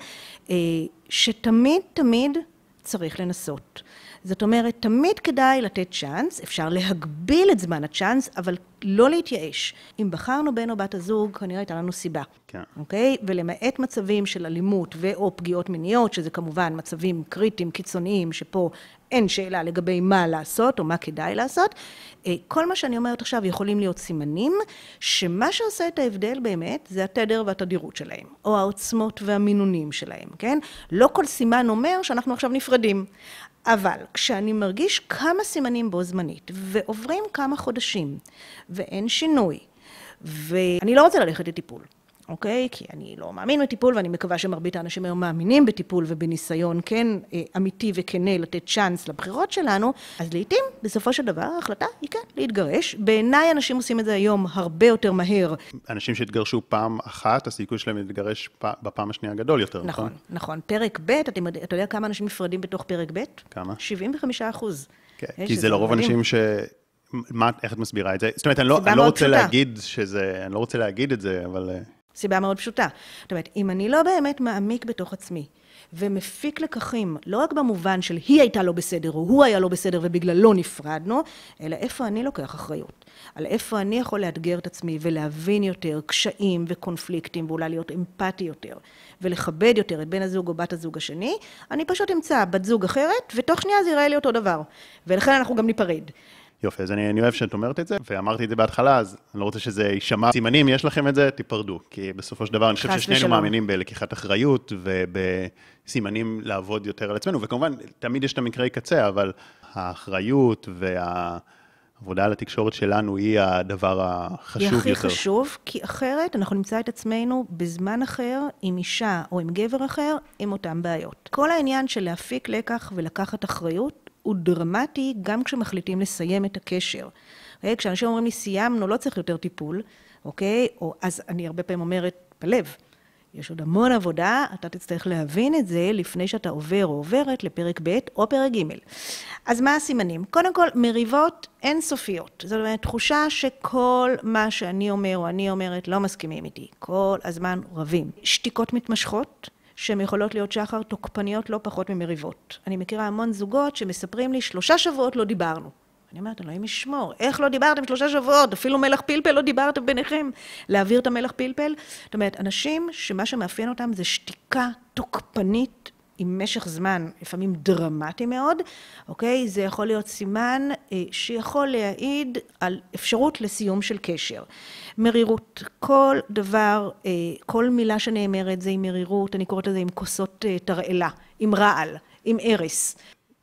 שתמיד תמיד צריך לנסות. זאת אומרת, תמיד כדאי לתת צ'אנס, אפשר להגביל את זמן הצ'אנס, אבל לא להתייאש. אם בחרנו בן או בת הזוג, כנראה הייתה לנו סיבה. כן. אוקיי? ולמעט מצבים של אלימות ו/או פגיעות מיניות, שזה כמובן מצבים קריטיים, קיצוניים, שפה אין שאלה לגבי מה לעשות או מה כדאי לעשות, כל מה שאני אומרת עכשיו יכולים להיות סימנים, שמה שעושה את ההבדל באמת זה התדר והתדירות שלהם, או העוצמות והמינונים שלהם, כן? לא כל סימן אומר שאנחנו עכשיו נפרדים. אבל כשאני מרגיש כמה סימנים בו זמנית, ועוברים כמה חודשים, ואין שינוי, ואני לא רוצה ללכת לטיפול, אוקיי? כי אני לא מאמין בטיפול, ואני מקווה שמרבית האנשים היום מאמינים בטיפול, ובניסיון כן אמיתי וכנה לתת צ'אנס לבחירות שלנו, אז לעתים, בסופו של דבר, ההחלטה היא כן, להתגרש. בעיניי אנשים עושים את זה היום הרבה יותר מהר. אנשים שהתגרשו פעם אחת, הסיכוי שלהם להתגרש בפעם השנייה גדול יותר, נכון? נכון, נכון. פרק ב', אתה יודע כמה אנשים נפרדים בתוך פרק ב'? כמה? שבעים וחמישה אחוז. כן, כי זה לרוב אנשים ש... מה, איך את מסבירה את זה? זאת אומרת, אני לא, אני לא רוצה להגיד שזה, אני לא רוצה להגיד את זה, אבל... סיבה מאוד פשוטה. זאת אומרת, אם אני לא באמת מעמיק בתוך עצמי, ומפיק לקחים, לא רק במובן של היא הייתה לא בסדר, או הוא היה לא בסדר, ובגלל לא נפרדנו, אלא איפה אני לוקח אחריות. על איפה אני יכול לאתגר את עצמי, ולהבין יותר קשיים וקונפליקטים, ואולי להיות אמפתי יותר, ולכבד יותר את בן הזוג או בת הזוג השני, אני פשוט אמצא בת זוג אחרת, ותוך שנייה זה יראה לי אותו דבר. ולכן אנחנו גם ניפרד. יופי, אז אני, אני אוהב שאת אומרת את זה, ואמרתי את זה בהתחלה, אז אני לא רוצה שזה יישמע. סימנים, יש לכם את זה, תיפרדו. כי בסופו של דבר, אני חושב ששנינו מאמינים בלקיחת אחריות, ובסימנים לעבוד יותר על עצמנו, וכמובן, תמיד יש את המקרי קצה, אבל האחריות והעבודה על התקשורת שלנו היא הדבר החשוב יותר. היא הכי חשוב, כי אחרת אנחנו נמצא את עצמנו בזמן אחר, עם אישה או עם גבר אחר, עם אותם בעיות. כל העניין של להפיק לקח ולקחת אחריות, הוא דרמטי גם כשמחליטים לסיים את הקשר. Okay? כשאנשים אומרים לי, סיימנו, לא צריך יותר טיפול, אוקיי? Okay? או, אז אני הרבה פעמים אומרת, בלב, יש עוד המון עבודה, אתה תצטרך להבין את זה לפני שאתה עובר או עוברת לפרק ב' או פרק ג'. אז מה הסימנים? קודם כל, מריבות אינסופיות. זאת אומרת, תחושה שכל מה שאני אומר או אני אומרת לא מסכימים איתי. כל הזמן רבים. שתיקות מתמשכות, שהן יכולות להיות שחר תוקפניות לא פחות ממריבות. אני מכירה המון זוגות שמספרים לי, שלושה שבועות לא דיברנו. אני אומרת, אלוהים ישמור, איך לא דיברתם שלושה שבועות? אפילו מלח פלפל לא דיברתם ביניכם. להעביר את המלח פלפל. זאת אומרת, אנשים שמה שמאפיין אותם זה שתיקה תוקפנית עם משך זמן, לפעמים דרמטי מאוד, אוקיי? זה יכול להיות סימן אה, שיכול להעיד על אפשרות לסיום של קשר. מרירות, כל דבר, אה, כל מילה שנאמרת זה עם מרירות, אני קוראת לזה עם כוסות אה, תרעלה, עם רעל, עם ארס.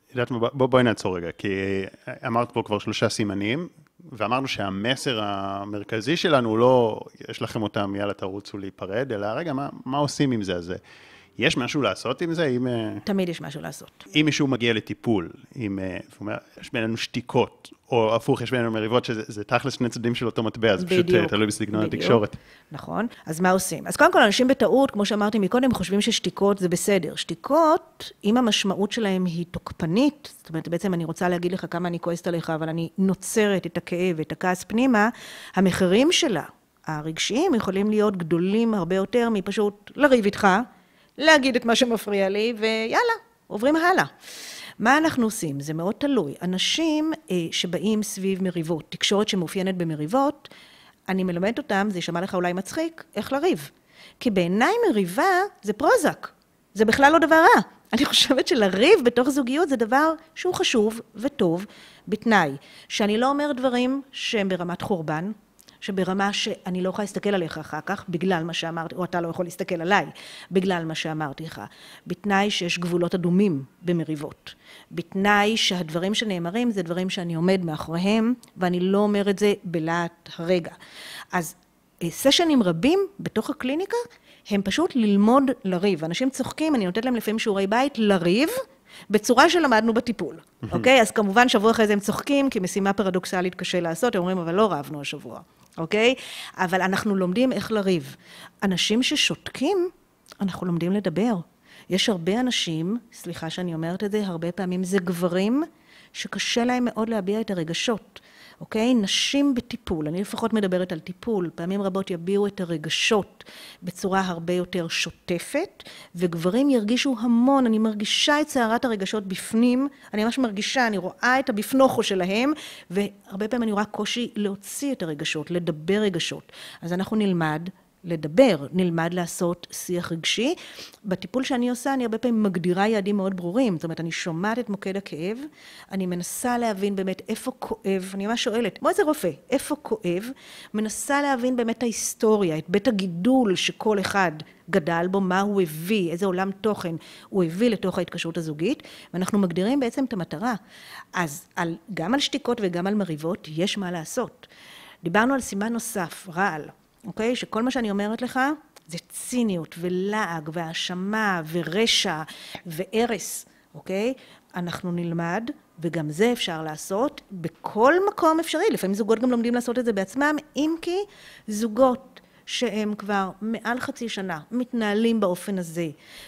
יודעת מה, בוא, בואי נעצור רגע, כי אמרת פה כבר שלושה סימנים, ואמרנו שהמסר המרכזי שלנו הוא לא, יש לכם אותם, יאללה תרוצו להיפרד, אלא רגע, מה, מה עושים עם זה? אז יש משהו לעשות עם זה? אם, תמיד יש משהו לעשות. אם מישהו מגיע לטיפול, אם, אומר, יש בינינו שתיקות, או הפוך, יש בינינו מריבות, שזה תכלס שני צדדים של אותו מטבע, אז פשוט תלוי בסגנון התקשורת. נכון. אז מה עושים? אז קודם כל, אנשים בטעות, כמו שאמרתי מקודם, חושבים ששתיקות זה בסדר. שתיקות, אם המשמעות שלהם היא תוקפנית, זאת אומרת, בעצם אני רוצה להגיד לך כמה אני כועסת עליך, אבל אני נוצרת את הכאב ואת הכעס פנימה, המחירים שלה, הרגשיים, יכולים להיות גדולים הרבה יותר מפשוט לריב איתך, להגיד את מה שמפריע לי, ויאללה, עוברים הלאה. מה אנחנו עושים? זה מאוד תלוי. אנשים אה, שבאים סביב מריבות, תקשורת שמאופיינת במריבות, אני מלמד אותם, זה ישמע לך אולי מצחיק, איך לריב. כי בעיניי מריבה זה פרוזק. זה בכלל לא דבר רע. אני חושבת שלריב בתוך זוגיות זה דבר שהוא חשוב וטוב, בתנאי שאני לא אומר דברים שהם ברמת חורבן, שברמה שאני לא יכולה להסתכל עליך אחר כך, בגלל מה שאמרתי, או אתה לא יכול להסתכל עליי, בגלל מה שאמרתי לך. בתנאי שיש גבולות אדומים במריבות. בתנאי שהדברים שנאמרים זה דברים שאני עומד מאחוריהם, ואני לא אומר את זה בלהט הרגע. אז סשנים רבים בתוך הקליניקה, הם פשוט ללמוד לריב. אנשים צוחקים, אני נותנת להם לפעמים שיעורי בית, לריב, בצורה שלמדנו בטיפול. אוקיי? אז כמובן שבוע אחרי זה הם צוחקים, כי משימה פרדוקסלית קשה לעשות, הם אומרים, אבל לא רבנו השבוע. אוקיי? אבל אנחנו לומדים איך לריב. אנשים ששותקים, אנחנו לומדים לדבר. יש הרבה אנשים, סליחה שאני אומרת את זה, הרבה פעמים זה גברים, שקשה להם מאוד להביע את הרגשות. אוקיי? נשים בטיפול, אני לפחות מדברת על טיפול, פעמים רבות יביעו את הרגשות בצורה הרבה יותר שוטפת, וגברים ירגישו המון, אני מרגישה את סערת הרגשות בפנים, אני ממש מרגישה, אני רואה את הבפנוכו שלהם, והרבה פעמים אני רואה קושי להוציא את הרגשות, לדבר רגשות. אז אנחנו נלמד לדבר, נלמד לעשות שיח רגשי. בטיפול שאני עושה, אני הרבה פעמים מגדירה יעדים מאוד ברורים. זאת אומרת, אני שומעת את מוקד הכאב, אני מנסה להבין באמת איפה כואב, אני ממש שואלת, כמו איזה רופא, איפה כואב, מנסה להבין באמת ההיסטוריה, את בית הגידול שכל אחד גדל בו, מה הוא הביא, איזה עולם תוכן הוא הביא לתוך ההתקשרות הזוגית, ואנחנו מגדירים בעצם את המטרה. אז על, גם על שתיקות וגם על מריבות, יש מה לעשות. דיברנו על סימן נוסף, רעל. אוקיי? שכל מה שאני אומרת לך, זה ציניות ולעג והאשמה ורשע וארס, אוקיי? אנחנו נלמד, וגם זה אפשר לעשות בכל מקום אפשרי. לפעמים זוגות גם לומדים לעשות את זה בעצמם, אם כי זוגות שהם כבר מעל חצי שנה מתנהלים באופן הזה,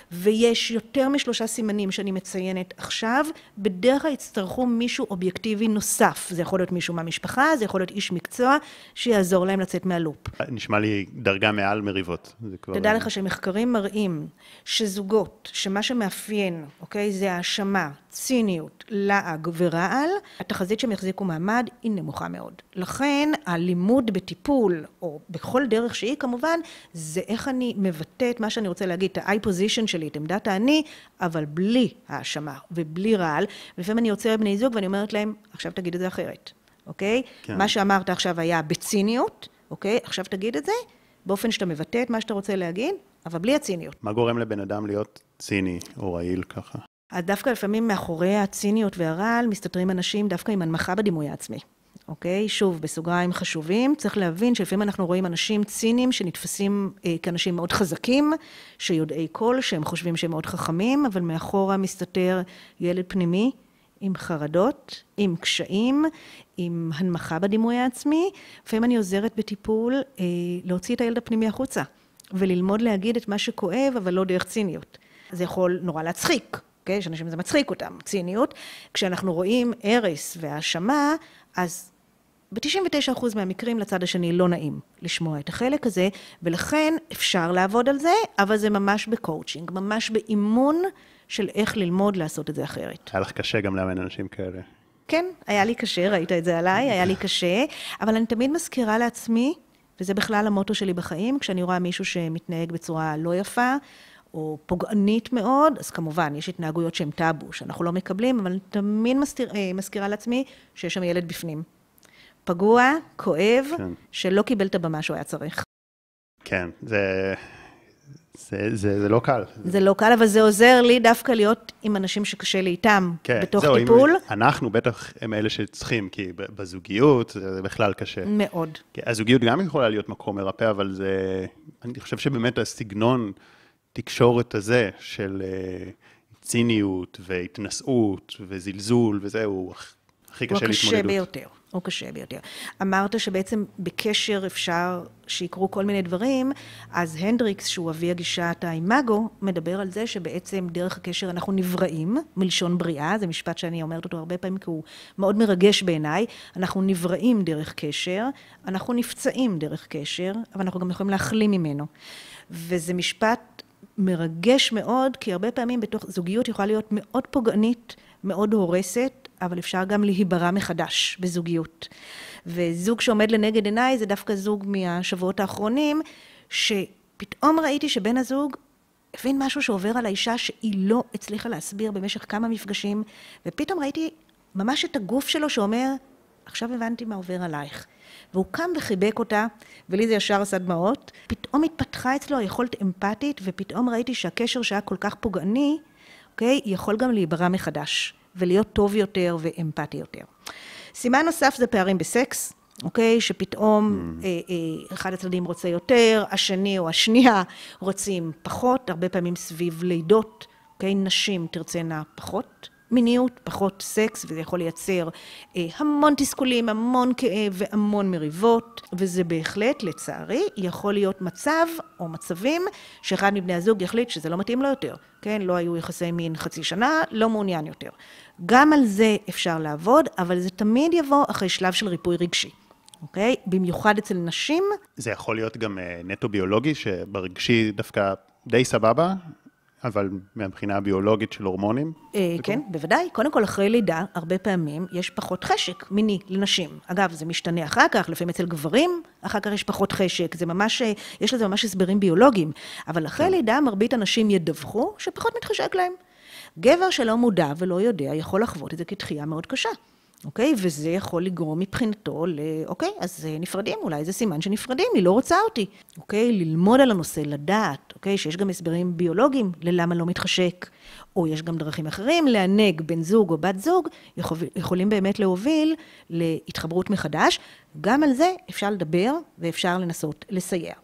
ויש יותר משלושה סימנים שאני מציינת עכשיו, בדרך כלל יצטרכו מישהו אובייקטיבי נוסף. זה יכול להיות מישהו מהמשפחה, זה יכול להיות איש מקצוע, שיעזור להם לצאת מהלופ. נשמע לי דרגה מעל מריבות. תדע לך שמחקרים מראים שזוגות, שמה שמאפיין, אוקיי, זה האשמה, ציניות, לעג ורעל, התחזית שהם יחזיקו מעמד היא נמוכה מאוד. לכן, הלימוד בטיפול, או בכל דרך שהיא כמובן, זה איך אני מבטא את מה שאני רוצה להגיד, את ה-I position שלי, את עמדת האני, אבל בלי האשמה ובלי רעל. ולפעמים אני יוצא בני זוג ואני אומרת להם, עכשיו תגיד את זה אחרת, אוקיי? כן. מה שאמרת עכשיו היה בציניות, אוקיי? עכשיו תגיד את זה, באופן שאתה מבטא את מה שאתה רוצה להגיד, אבל בלי הציניות. מה גורם לבן אדם להיות ציני או רעיל ככה? אז דווקא לפעמים מאחורי הציניות והרעל מסתתרים אנשים דווקא עם הנמכה בדימוי העצמי. אוקיי? שוב, בסוגריים חשובים, צריך להבין שלפעמים אנחנו רואים אנשים ציניים שנתפסים אה, כאנשים מאוד חזקים, שיודעי קול, שהם חושבים שהם מאוד חכמים, אבל מאחורה מסתתר ילד פנימי עם חרדות, עם קשיים, עם הנמכה בדימוי העצמי. לפעמים אני עוזרת בטיפול אה, להוציא את הילד הפנימי החוצה, וללמוד להגיד את מה שכואב, אבל לא דרך ציניות. זה יכול נורא להצחיק. Okay, שאנשים זה מצחיק אותם, ציניות. כשאנחנו רואים הרס והאשמה, אז ב-תשעים ותשעה אחוז מהמקרים לצד השני לא נעים לשמוע את החלק הזה, ולכן אפשר לעבוד על זה, אבל זה ממש בקואוצ'ינג, ממש באימון של איך ללמוד לעשות את זה אחרת. היה לך קשה גם לאמן אנשים כאלה. כן, היה לי קשה, ראית את זה עליי, היה לי קשה, אבל אני תמיד מזכירה לעצמי, וזה בכלל המוטו שלי בחיים, כשאני רואה מישהו שמתנהג בצורה לא יפה, או פוגענית מאוד, אז כמובן, יש התנהגויות שהן טאבו, שאנחנו לא מקבלים, אבל תמיד מזכיר, מזכירה לעצמי שיש שם ילד בפנים. פגוע, כואב, כן. שלא קיבל את הבמה שהוא היה צריך. כן, זה, זה, זה, זה לא קל. זה לא קל, אבל זה עוזר לי דווקא להיות עם אנשים שקשה לי איתם, כן, בתוך זהו, טיפול. אם, אנחנו בטח הם אלה שצריכים, כי בזוגיות זה בכלל קשה. מאוד. כי הזוגיות גם יכולה להיות מקום מרפא, אבל זה, אני חושב שבאמת הסגנון תקשורת הזה של ציניות והתנשאות וזלזול וזהו, הכי קשה להתמודדות. הוא קשה ביותר, הוא קשה ביותר. אמרת שבעצם בקשר אפשר שיקרו כל מיני דברים, אז הנדריקס, שהוא אבי הגישת האימאגו, מדבר על זה שבעצם דרך הקשר אנחנו נבראים, מלשון בריאה, זה משפט שאני אומרת אותו הרבה פעמים, כי הוא מאוד מרגש בעיניי, אנחנו נבראים דרך קשר, אנחנו נפצעים דרך קשר, אבל אנחנו גם יכולים להחלים ממנו. וזה משפט מרגש מאוד, כי הרבה פעמים בתוך זוגיות יכולה להיות מאוד פוגענית, מאוד הורסת, אבל אפשר גם להיברא מחדש בזוגיות. וזוג שעומד לנגד עיניי, זה דווקא זוג מהשבועות האחרונים, שפתאום ראיתי שבן הזוג הבין משהו שעובר על האישה שהיא לא הצליחה להסביר במשך כמה מפגשים, ופתאום ראיתי ממש את הגוף שלו שאומר, עכשיו הבנתי מה עובר עלייך. והוא קם וחיבק אותה, ולי זה ישר עשה דמעות. פתאום התפתחה אצלו היכולת אמפתית, ופתאום ראיתי שהקשר שהיה כל כך פוגעני, אוקיי, יכול גם להיברא מחדש, ולהיות טוב יותר ואמפתי יותר. סימן נוסף זה פערים בסקס, אוקיי, שפתאום mm. אה, אה, אחד הצדדים רוצה יותר, השני או השנייה רוצים פחות, הרבה פעמים סביב לידות, אוקיי, נשים תרצנה פחות מיניות, פחות סקס, וזה יכול לייצר אה, המון תסכולים, המון כאב והמון מריבות, וזה בהחלט, לצערי, יכול להיות מצב או מצבים שאחד מבני הזוג יחליט שזה לא מתאים לו יותר, כן? לא היו יחסי מין חצי שנה, לא מעוניין יותר. גם על זה אפשר לעבוד, אבל זה תמיד יבוא אחרי שלב של ריפוי רגשי, אוקיי? במיוחד אצל נשים. זה יכול להיות גם נטו ביולוגי, שברגשי דווקא די סבבה, אבל מהבחינה הביולוגית של הורמונים? כן, בוודאי. קודם כל, אחרי לידה, הרבה פעמים יש פחות חשק מיני לנשים. אגב, זה משתנה אחר כך, לפעמים אצל גברים, אחר כך יש פחות חשק. זה ממש, יש לזה ממש הסברים ביולוגיים. אבל אחרי לידה, מרבית אנשים ידווחו שפחות מתחשק להם. גבר שלא מודע ולא יודע, יכול לחוות את זה כתחייה מאוד קשה. אוקיי? וזה יכול לגרום מבחינתו ל... אוקיי? אז נפרדים, אולי זה סימן שנפרדים, היא לא רוצה אותי. אוקיי? ללמוד על הנושא, לדעת, אוקיי? שיש גם הסברים ביולוגיים ללמה לא מתחשק, או יש גם דרכים אחרים, לענג בן זוג או בת זוג, יכול... יכולים באמת להוביל להתחברות מחדש. גם על זה אפשר לדבר ואפשר לנסות לסייע.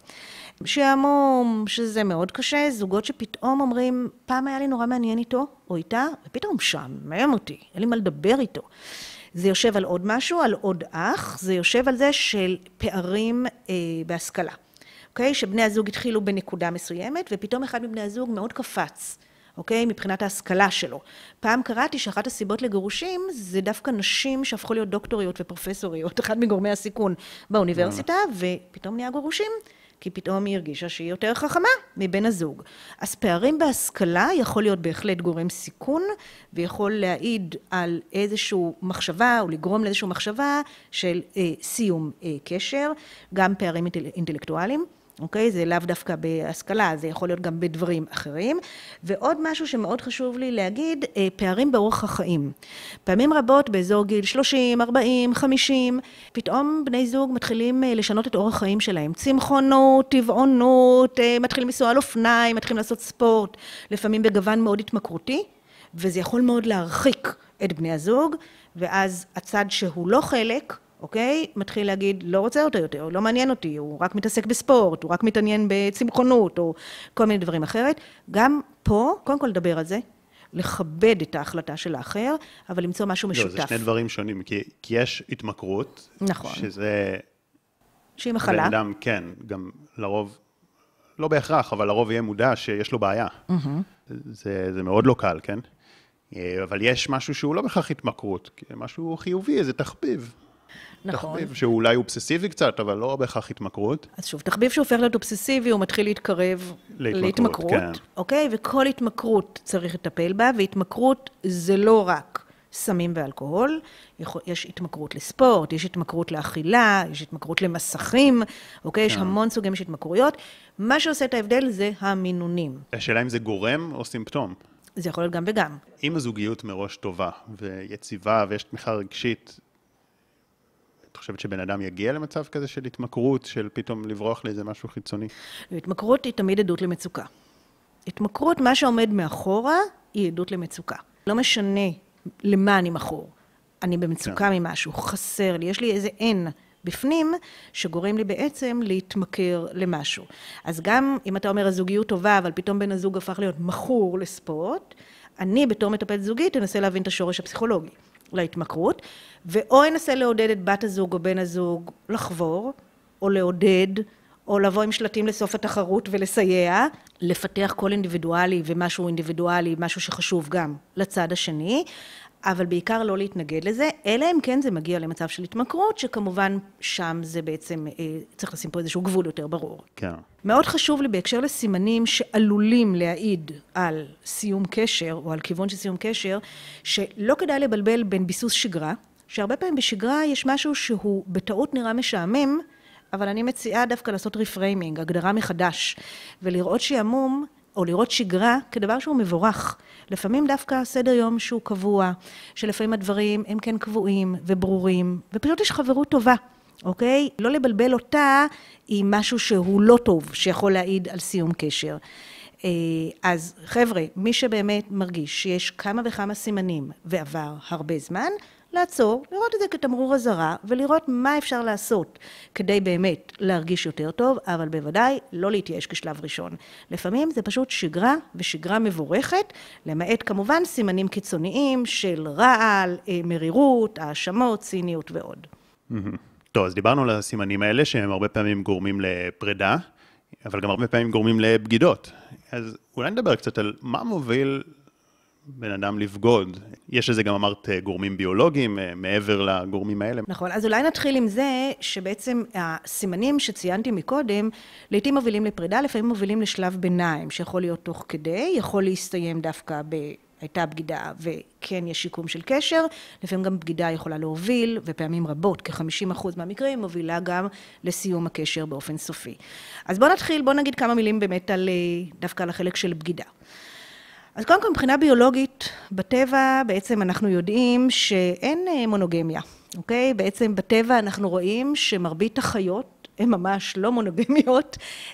שעמום, שזה מאוד קשה, זוגות שפתאום אומרים, פעם היה לי נורא מעניין איתו או איתה, ופתאום משעמם אותי, אין לי מה לדבר איתו. זה יושב על עוד משהו, על עוד אח, זה יושב על זה של פערים אה, בהשכלה. אוקיי? שבני הזוג התחילו בנקודה מסוימת, ופתאום אחד מבני הזוג מאוד קפץ, אוקיי? מבחינת ההשכלה שלו. פעם קראתי שאחת הסיבות לגירושים, זה דווקא נשים שהפכו להיות דוקטוריות ופרופסוריות, אחד מגורמי הסיכון באוניברסיטה, ופתאום נהיה גירושים. כי פתאום היא הרגישה שהיא יותר חכמה מבין הזוג. אז פערים בהשכלה יכול להיות בהחלט גורם סיכון, ויכול להעיד על איזושהי מחשבה, או לגרום לאיזושהי מחשבה של אה, סיום אה, קשר, גם פערים אינטלקטואליים. אוקיי? זה לאו דווקא בהשכלה, זה יכול להיות גם בדברים אחרים. ועוד משהו שמאוד חשוב לי להגיד, פערים באורח החיים. פעמים רבות באזור גיל שלושים, ארבעים, חמישים, פתאום בני זוג מתחילים לשנות את אורח החיים שלהם. צמחונות, טבעונות, מתחילים לנסוע על אופניים, מתחילים לעשות ספורט, לפעמים בגוון מאוד התמכרותי, וזה יכול מאוד להרחיק את בני הזוג, ואז הצד שהוא לא חלק, אוקיי? מתחיל להגיד, לא רוצה אותו יותר, לא מעניין אותי, הוא רק מתעסק בספורט, הוא רק מתעניין בצמחונות, או כל מיני דברים אחרת. גם פה, קודם כל לדבר על זה, לכבד את ההחלטה של האחר, אבל למצוא משהו משותף. לא, זה שני דברים שונים, כי, כי יש התמכרות, נכון. שזה... שהיא מחלה. בן אדם, כן, גם לרוב, לא בהכרח, אבל לרוב יהיה מודע שיש לו בעיה. Mm-hmm. זה, זה מאוד לא קל, כן? אבל יש משהו שהוא לא בכך התמכרות, משהו חיובי, איזה תחביב. נכון. תחביב שאולי אובססיבי קצת, אבל לא בהכרח התמכרות. אז שוב, תחביב שהופך להיות אובססיבי, הוא מתחיל להתקרב להתמכרות, להתמכרות כן. אוקיי? וכל התמכרות צריך לטפל בה, והתמכרות זה לא רק סמים ואלכוהול, יש התמכרות לספורט, יש התמכרות לאכילה, יש התמכרות למסכים, אוקיי? כן. יש המון סוגים של התמכרויות. מה שעושה את ההבדל זה המינונים. השאלה אם זה גורם או סימפטום. זה יכול להיות גם וגם. אם הזוגיות מראש טובה ויציבה ויש תמיכה רגשית, את חושבת שבן אדם יגיע למצב כזה של התמכרות, של פתאום לברוח לאיזה משהו חיצוני? התמכרות היא תמיד עדות למצוקה. התמכרות, מה שעומד מאחורה, היא עדות למצוקה. לא משנה למה אני מכור. אני במצוקה ממשהו, חסר לי, יש לי איזה אין בפנים, שגורם לי בעצם להתמכר למשהו. אז גם אם אתה אומר, הזוגיות טובה, אבל פתאום בן הזוג הפך להיות מכור לספורט, אני בתור מטפלת זוגית אנסה להבין את השורש הפסיכולוגי להתמכרות, ואו אנסה לעודד את בת הזוג או בן הזוג לחבור, או לעודד, או לבוא עם שלטים לסוף התחרות ולסייע, לפתח כל אינדיבידואלי ומשהו אינדיבידואלי, משהו שחשוב גם לצד השני, אבל בעיקר לא להתנגד לזה, אלא אם כן זה מגיע למצב של התמכרות, שכמובן שם זה בעצם, צריך לשים פה איזשהו גבול יותר ברור. כן. מאוד חשוב לי בהקשר לסימנים שעלולים להעיד על סיום קשר, או על כיוון של סיום קשר, שלא כדאי לבלבל בין ביסוס שגרה, שהרבה פעמים בשגרה יש משהו שהוא בטעות נראה משעמם, אבל אני מציעה דווקא לעשות ריפריימינג, הגדרה מחדש, ולראות שעמום, או לראות שגרה כדבר שהוא מבורך. לפעמים דווקא סדר יום שהוא קבוע, שלפעמים הדברים הם כן קבועים וברורים, ופשוט יש חברות טובה, אוקיי? לא לבלבל אותה עם משהו שהוא לא טוב, שיכול להעיד על סיום קשר. אז חבר'ה, מי שבאמת מרגיש שיש כמה וכמה סימנים ועבר הרבה זמן, לעצור, לראות את זה כתמרור אזהרה, ולראות מה אפשר לעשות כדי באמת להרגיש יותר טוב, אבל בוודאי לא להתייאש כשלב ראשון. לפעמים זה פשוט שגרה ושגרה מבורכת, למעט כמובן סימנים קיצוניים של רעל, מרירות, האשמות, ציניות ועוד. טוב, אז דיברנו על הסימנים האלה שהם הרבה פעמים גורמים לפרידה, אבל גם הרבה פעמים גורמים לבגידות. אז אולי נדבר קצת על מה מוביל בן אדם לבגוד. יש לזה גם אמרת גורמים ביולוגיים, מעבר לגורמים האלה. נכון, אז אולי נתחיל עם זה שבעצם הסימנים שציינתי מקודם, לעתים מובילים לפרידה, לפעמים מובילים לשלב ביניים, שיכול להיות תוך כדי, יכול להסתיים דווקא ב... הייתה בגידה וכן יש שיקום של קשר, לפעמים גם בגידה יכולה להוביל, ופעמים רבות, כ-חמישים אחוז מהמקרים, מובילה גם לסיום הקשר באופן סופי. אז בואו נתחיל, בואו נגיד כמה מילים באמת על, דווקא על החלק של בגידה. אז קודם כל, מבחינה ביולוגית, בטבע בעצם אנחנו יודעים שאין מונוגמיה, אוקיי? בעצם בטבע אנחנו רואים שמרבית החיות הן ממש לא מונוגמיות,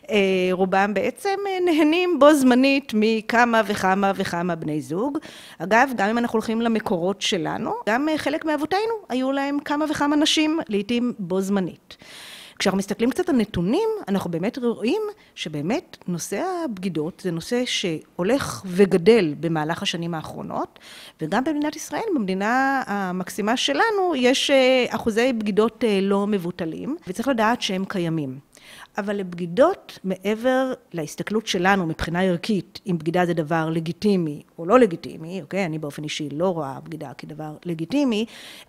רובם בעצם נהנים בו זמנית מכמה וכמה וכמה בני זוג. אגב, גם אם אנחנו הולכים למקורות שלנו, גם חלק מאבותינו היו להם כמה וכמה נשים, לעתים בו זמנית. כשאנחנו מסתכלים קצת על נתונים, אנחנו באמת רואים שבאמת נושא הבגידות זה נושא שהולך וגדל במהלך השנים האחרונות, וגם במדינת ישראל, במדינה המקסימה שלנו, יש אחוזי בגידות לא מבוטלים, וצריך לדעת שהם קיימים. אבל לבגידות, מעבר להסתכלות שלנו מבחינה ערכית, אם בגידה זה דבר לגיטימי או לא לגיטימי, אוקיי? אני באופן אישי לא רואה בגידה כדבר לגיטימי,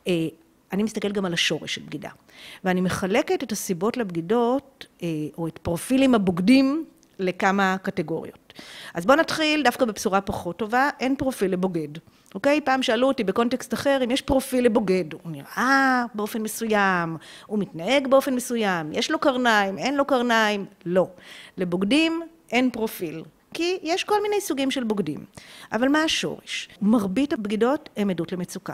אני מסתכל גם על השורש של בגידה. ואני מחלקת את הסיבות לבגידות, או את פרופילים הבוגדים, לכמה קטגוריות. אז בואו נתחיל דווקא בבשורה פחות טובה, אין פרופיל לבוגד. אוקיי? פעם שאלו אותי בקונטקסט אחר, אם יש פרופיל לבוגד, הוא נראה באופן מסוים, הוא מתנהג באופן מסוים, יש לו קרניים, אין לו קרניים, לא. לבוגדים אין פרופיל. כי יש כל מיני סוגים של בוגדים. אבל מה השורש? מרבית הבגידות הן עדות למצוקה.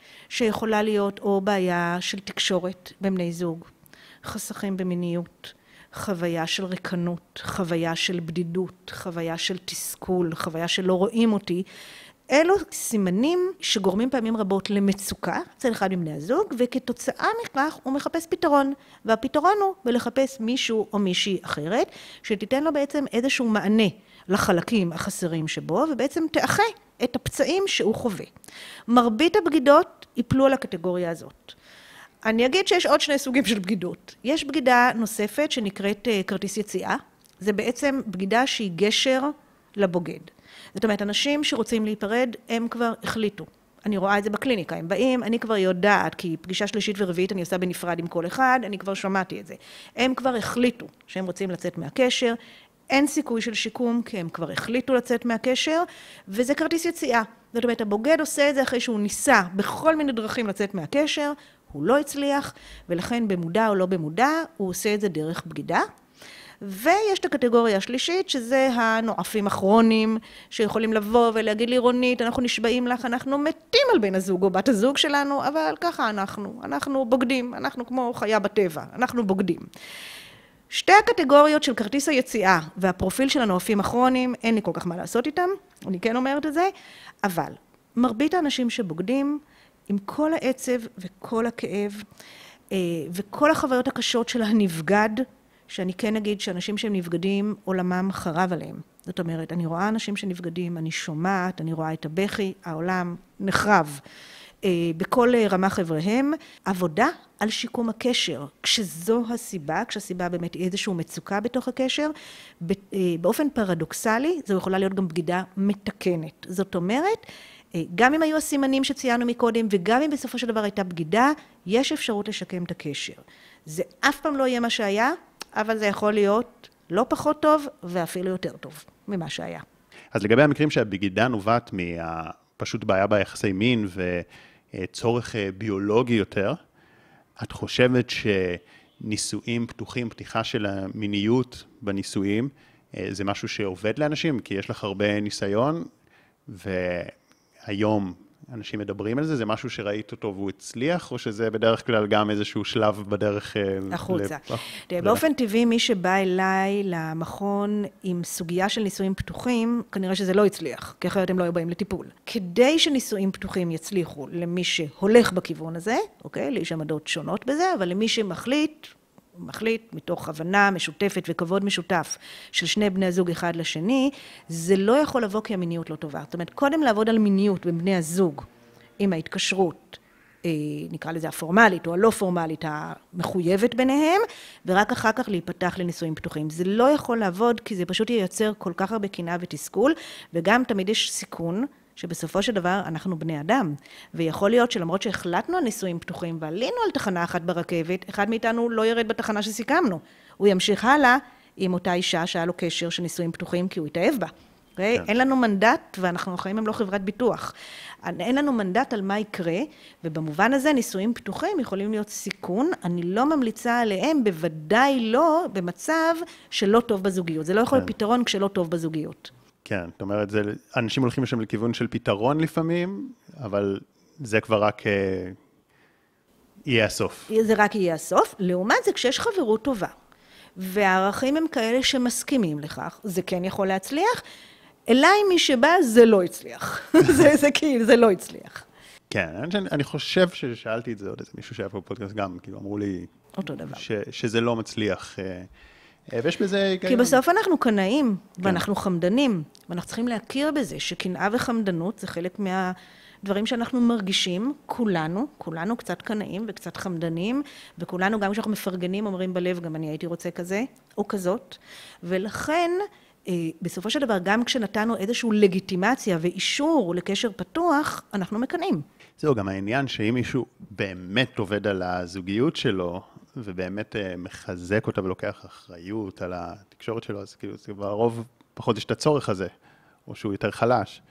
שיכולה להיות או בעיה של תקשורת בבני זוג, חסכים במיניות, חוויה של ריקנות, חוויה של בדידות, חוויה של תסכול, חוויה שלא רואים אותי. אלו סימנים שגורמים פעמים רבות למצוקה אצל אחד מבני הזוג, וכתוצאה מכך הוא מחפש פתרון. והפתרון הוא בלחפש מישהו או מישהי אחרת, שתיתן לו בעצם איזשהו מענה לחלקים החסרים שבו, ובעצם תאחה את הפצעים שהוא חווה. מרבית הבגידות ייפלו על הקטגוריה הזאת. אני אגיד שיש עוד שני סוגים של בגידות. יש בגידה נוספת שנקראת כרטיס יציאה. זה בעצם בגידה שהיא גשר לבוגד. זאת אומרת, אנשים שרוצים להיפרד, הם כבר החליטו. אני רואה את זה בקליניקה, הם באים, אני כבר יודעת, כי פגישה שלישית ורביעית אני עושה בנפרד עם כל אחד, אני כבר שמעתי את זה. הם כבר החליטו שהם רוצים לצאת מהקשר, אין סיכוי של שיקום, כי הם כבר החליטו לצאת מהקשר, וזה כרטיס יציאה. זאת אומרת, הבוגד עושה את זה אחרי שהוא ניסה בכל מיני דרכים לצאת מהקשר, הוא לא הצליח, ולכן במודע או לא במודע, הוא עושה את זה דרך בגידה. ויש את הקטגוריה השלישית, שזה הנועפים הכרוניים, שיכולים לבוא ולהגיד לי, רונית, אנחנו נשבעים לך, אנחנו מתים על בן הזוג או בת הזוג שלנו, אבל ככה אנחנו, אנחנו בוגדים, אנחנו כמו חיה בטבע, אנחנו בוגדים. שתי הקטגוריות של כרטיס היציאה והפרופיל של הנועפים הכרוניים, אין לי כל כך מה לעשות איתם, אני כן אומרת את זה, אבל מרבית האנשים שבוגדים, עם כל העצב וכל הכאב, וכל החוויות הקשות של הנבגד, שאני כן אגיד שאנשים שהם נבגדים, עולמם חרב עליהם. זאת אומרת, אני רואה אנשים שנבגדים, אני שומעת, אני רואה את הבכי, העולם נחרב. בכל רמה חבריהם, עבודה על שיקום הקשר, כשזו הסיבה, כשהסיבה באמת היא איזושהי מצוקה בתוך הקשר, באופן פרדוקסלי, זו יכולה להיות גם בגידה מתקנת. זאת אומרת, גם אם היו הסימנים שציינו מקודם, וגם אם בסופו של דבר הייתה בגידה, יש אפשרות לשקם את הקשר. זה אף פעם לא יהיה מה שהיה, אבל זה יכול להיות לא פחות טוב, ואפילו יותר טוב ממה שהיה. אז לגבי המקרים שהבגידה נובעת מהפשוט בעיה ביחסי מין, וצורך ביולוגי יותר, את חושבת שנישואים פתוחים, פתיחה של המיניות בנישואים, זה משהו שעובד לאנשים? כי יש לך הרבה ניסיון, והיום אנשים מדברים על זה, זה משהו שראית אותו והוא הצליח, או שזה בדרך כלל גם איזשהו שלב בדרך... החוצה. באופן טבעי, מי שבא אליי למכון עם סוגיה של נישואים פתוחים, כנראה שזה לא הצליח, כי אחרת הם לא היו באים לטיפול. כדי שנישואים פתוחים יצליחו למי שהולך בכיוון הזה, אוקיי? יש עמדות שונות בזה, אבל למי שמחליט, מחליט מתוך הבנה משותפת וכבוד משותף של שני בני הזוג אחד לשני, זה לא יכול לבוא כי המיניות לא טובה. זאת אומרת, קודם לעבוד על מיניות בין בני הזוג, עם ההתקשרות, נקרא לזה הפורמלית או הלא פורמלית המחויבת ביניהם, ורק אחר כך להיפתח לנישואים פתוחים. זה לא יכול לעבוד כי זה פשוט ייצר כל כך הרבה קנאה ותסכול, וגם תמיד יש סיכון, שבסופו של דבר אנחנו בני אדם, ויכול להיות שלמרות שהחלטנו על נישואים פתוחים ועלינו על תחנה אחת ברכבת, אחד מאיתנו לא ירד בתחנה שסיכמנו. הוא ימשיך הלאה עם אותה אישה שהיה לו קשר של נישואים פתוחים, כי הוא התאהב בה. Okay? כן. אין לנו מנדט, ואנחנו חיים הם לא חברת ביטוח. אין לנו מנדט על מה יקרה, ובמובן הזה נישואים פתוחים יכולים להיות סיכון. אני לא ממליצה עליהם, בוודאי לא במצב שלא טוב בזוגיות. זה לא יכול להיות כן. פתרון כשלא טוב בזוגיות. כן, זאת אומרת, זה, אנשים הולכים לשם לכיוון של פתרון לפעמים, אבל זה כבר רק אה, יהיה הסוף. זה רק יהיה הסוף. לעומת זה, כשיש חברות טובה, והערכים הם כאלה שמסכימים לכך, זה כן יכול להצליח, אליי מי שבא זה לא הצליח. זה, זה כאילו, זה לא הצליח. כן, אני, אני חושב ששאלתי את זה עוד איזה מישהו שהיה פה בפודקאסט גם, כאילו אמרו לי... אותו דבר. ש, שזה לא מצליח... אה, ויש בזה... כי בסוף אנחנו קנאים, ואנחנו חמדנים, ואנחנו צריכים להכיר בזה שקנאה וחמדנות זה חלק מהדברים שאנחנו מרגישים, כולנו, כולנו קצת קנאים וקצת חמדנים, וכולנו גם כשאנחנו מפרגנים אומרים בלב, גם אני הייתי רוצה כזה או כזאת, ולכן בסופו של דבר גם כשנתנו איזושהי לגיטימציה ואישור לקשר פתוח, אנחנו מקנאים. זהו, גם העניין שאם מישהו באמת עובד על הזוגיות שלו, ובאמת מחזק אותה ולוקח אחריות על התקשורת שלו, אז כאילו, זה ברוב פחות יש את הצורך הזה, או שהוא יותר חלש.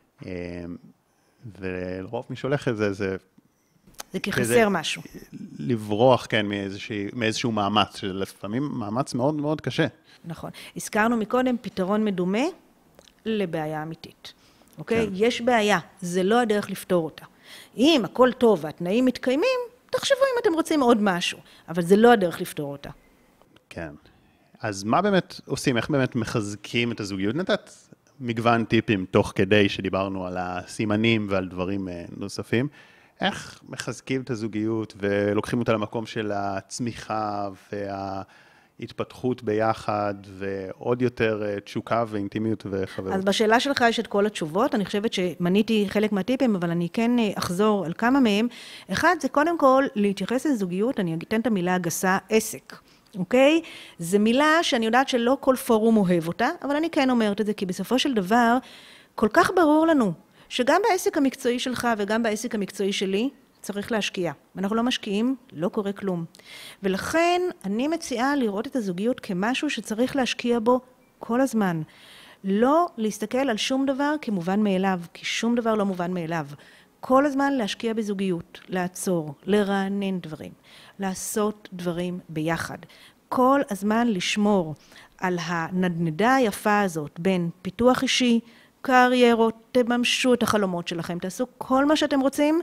ולרוב מי שהולך את זה, זה... זה כי חסר משהו. לברוח, כן, מאיזשהו, מאיזשהו מאמץ, שלפעמים מאמץ מאוד מאוד קשה. נכון. הזכרנו מקודם פתרון מדומה לבעיה אמיתית. אוקיי? כן. יש בעיה, זה לא הדרך לפתור אותה. אם הכל טוב והתנאים מתקיימים, תחשבו אם אתם רוצים עוד משהו, אבל זה לא הדרך לפתור אותה. כן. אז מה באמת עושים? איך באמת מחזקים את הזוגיות? נתת מגוון טיפים תוך כדי שדיברנו על הסימנים ועל דברים נוספים. איך מחזקים את הזוגיות ולוקחים אותה למקום של הצמיחה וההתפתחות ביחד ועוד יותר תשוקה ואינטימיות וחברות? אז בשאלה שלך יש את כל התשובות. אני חושבת שמניתי חלק מהטיפים, אבל אני כן אחזור על כמה מהם. אחד, זה קודם כל להתייחס לזוגיות, אני אתן את המילה הגסה, עסק. אוקיי? זו מילה שאני יודעת שלא כל פורום אוהב אותה, אבל אני כן אומרת את זה, כי בסופו של דבר, כל כך ברור לנו, שגם בעסק המקצועי שלך וגם בעסק המקצועי שלי, צריך להשקיע. ואנחנו לא משקיעים, לא קורה כלום. ולכן אני מציעה לראות את הזוגיות כמשהו שצריך להשקיע בו כל הזמן. לא להסתכל על שום דבר כמובן מאליו, כי שום דבר לא מובן מאליו. כל הזמן להשקיע בזוגיות, לעצור, לרענן דברים, לעשות דברים ביחד. כל הזמן לשמור על הנדנדה היפה הזאת בין פיתוח אישי, קריירות, תממשו את החלומות שלכם, תעשו כל מה שאתם רוצים,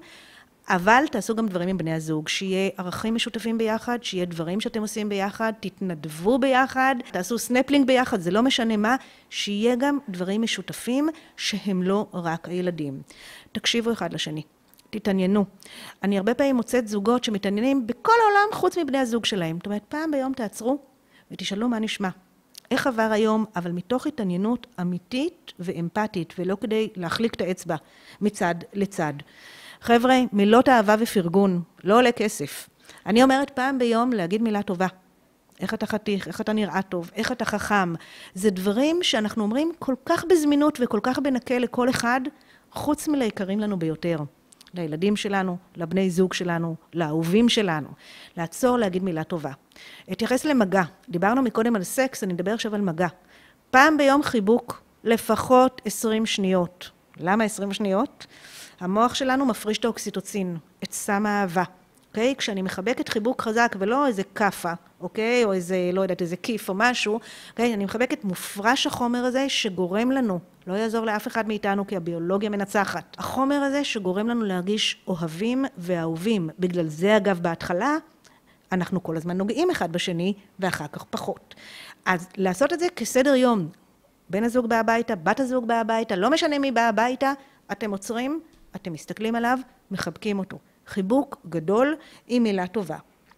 אבל תעשו גם דברים עם בני הזוג, שיהיה ערכים משותפים ביחד, שיהיה דברים שאתם עושים ביחד, תתנדבו ביחד, תעשו סנפלינג ביחד, זה לא משנה מה, שיהיה גם דברים משותפים שהם לא רק הילדים. תקשיבו אחד לשני, תתעניינו. אני הרבה פעמים מוצאת זוגות שמתעניינים בכל העולם חוץ מבני הזוג שלהם. זאת אומרת, פעם ביום תעצרו ותשאלו מה נשמע. איך עבר היום, אבל מתוך התעניינות אמיתית ואמפתית, ולא כדי להחליק את האצבע מצד לצד. חבר'ה, מילות אהבה ופרגון, לא עולה כסף. אני אומרת פעם ביום להגיד מילה טובה. איך אתה חתיך, איך אתה נראה טוב, איך אתה חכם. זה דברים שאנחנו אומרים כל כך בזמינות וכל כך בנקה לכל אחד, חוץ מליקרים לנו ביותר. לילדים שלנו, לבני זוג שלנו, לאהובים שלנו. לעצור להגיד מילה טובה. אתייחס למגע. דיברנו מקודם על סקס, אני מדבר עכשיו על מגע. פעם ביום חיבוק, לפחות עשרים שניות. למה עשרים שניות? המוח שלנו מפריש את האוקסיטוצין, את סם האהבה. אוקיי? כשאני מחבקת חיבוק חזק ולא איזה קפה, אוקיי? או איזה, לא יודעת, איזה כיף או משהו, אוקיי? אני מחבקת מופרש החומר הזה שגורם לנו, לא יעזור לאף אחד מאיתנו כי הביולוגיה מנצחת. החומר הזה שגורם לנו להרגיש אוהבים ואהובים. בגלל זה, אגב, בהתחלה, אנחנו כל הזמן נוגעים אחד בשני ואחר כך פחות. אז לעשות את זה כסדר יום. בן הזוג בא הביתה, בת הזוג בא הביתה, לא משנה מי בא הביתה, אתם עוצרים, אתם מסתכלים עליו, מחבקים אותו. חיבוק גדול עם מילה טובה.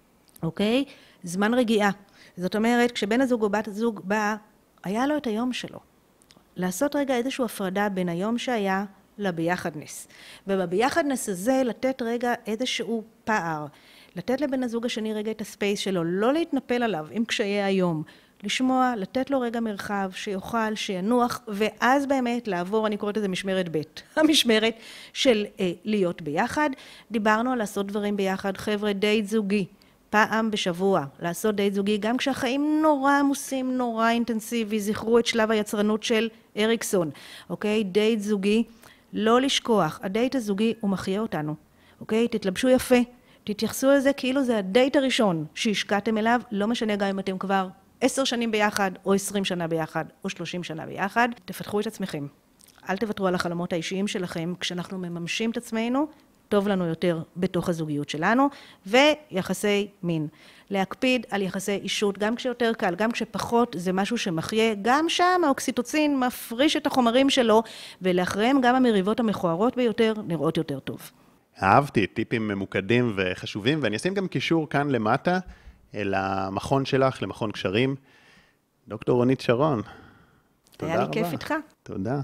אוקיי? זמן רגיעה. זאת אומרת, כשבן הזוג או בת הזוג בא, היה לו את היום שלו. לעשות רגע איזושהי הפרדה בין היום שהיה לביחדנס. ובביחדנס הזה לתת רגע איזשהו פער. לתת לבן הזוג השני רגע את הספייס שלו, לא להתנפל עליו עם קשיי היום. לשמוע, לתת לו רגע מרחב, שיוכל, שינוח, ואז באמת לעבור, אני קוראת לזה משמרת ב', המשמרת של אה, להיות ביחד. דיברנו על לעשות דברים ביחד, חבר'ה, דייט זוגי, פעם בשבוע, לעשות דייט זוגי, גם כשהחיים נורא עמוסים, נורא אינטנסיבי, זכרו את שלב היצרנות של אריקסון, אוקיי? דייט זוגי, לא לשכוח, הדייט הזוגי הוא מחיה אותנו, אוקיי? תתלבשו יפה, תתייחסו לזה כאילו זה הדייט הראשון שהשקעתם אליו, לא משנה גם אם אתם כבר עשר שנים ביחד, או עשרים שנה ביחד, או שלושים שנה ביחד, תפתחו את עצמכם. אל תוותרו על החלומות האישיים שלכם, כשאנחנו מממשים את עצמנו, טוב לנו יותר בתוך הזוגיות שלנו, ויחסי מין. להקפיד על יחסי אישות, גם כשיותר קל, גם כשפחות, זה משהו שמחיה, גם שם האוקסיטוצין מפריש את החומרים שלו, ולאחריהם גם המריבות המכוערות ביותר נראות יותר טוב. אהבתי, טיפים ממוקדים וחשובים, ואני אשים גם קישור כאן למטה, אל המכון שלך, למכון קשרים. דוקטור רונית שרון, תודה רבה. היה לי כיף איתך. תודה.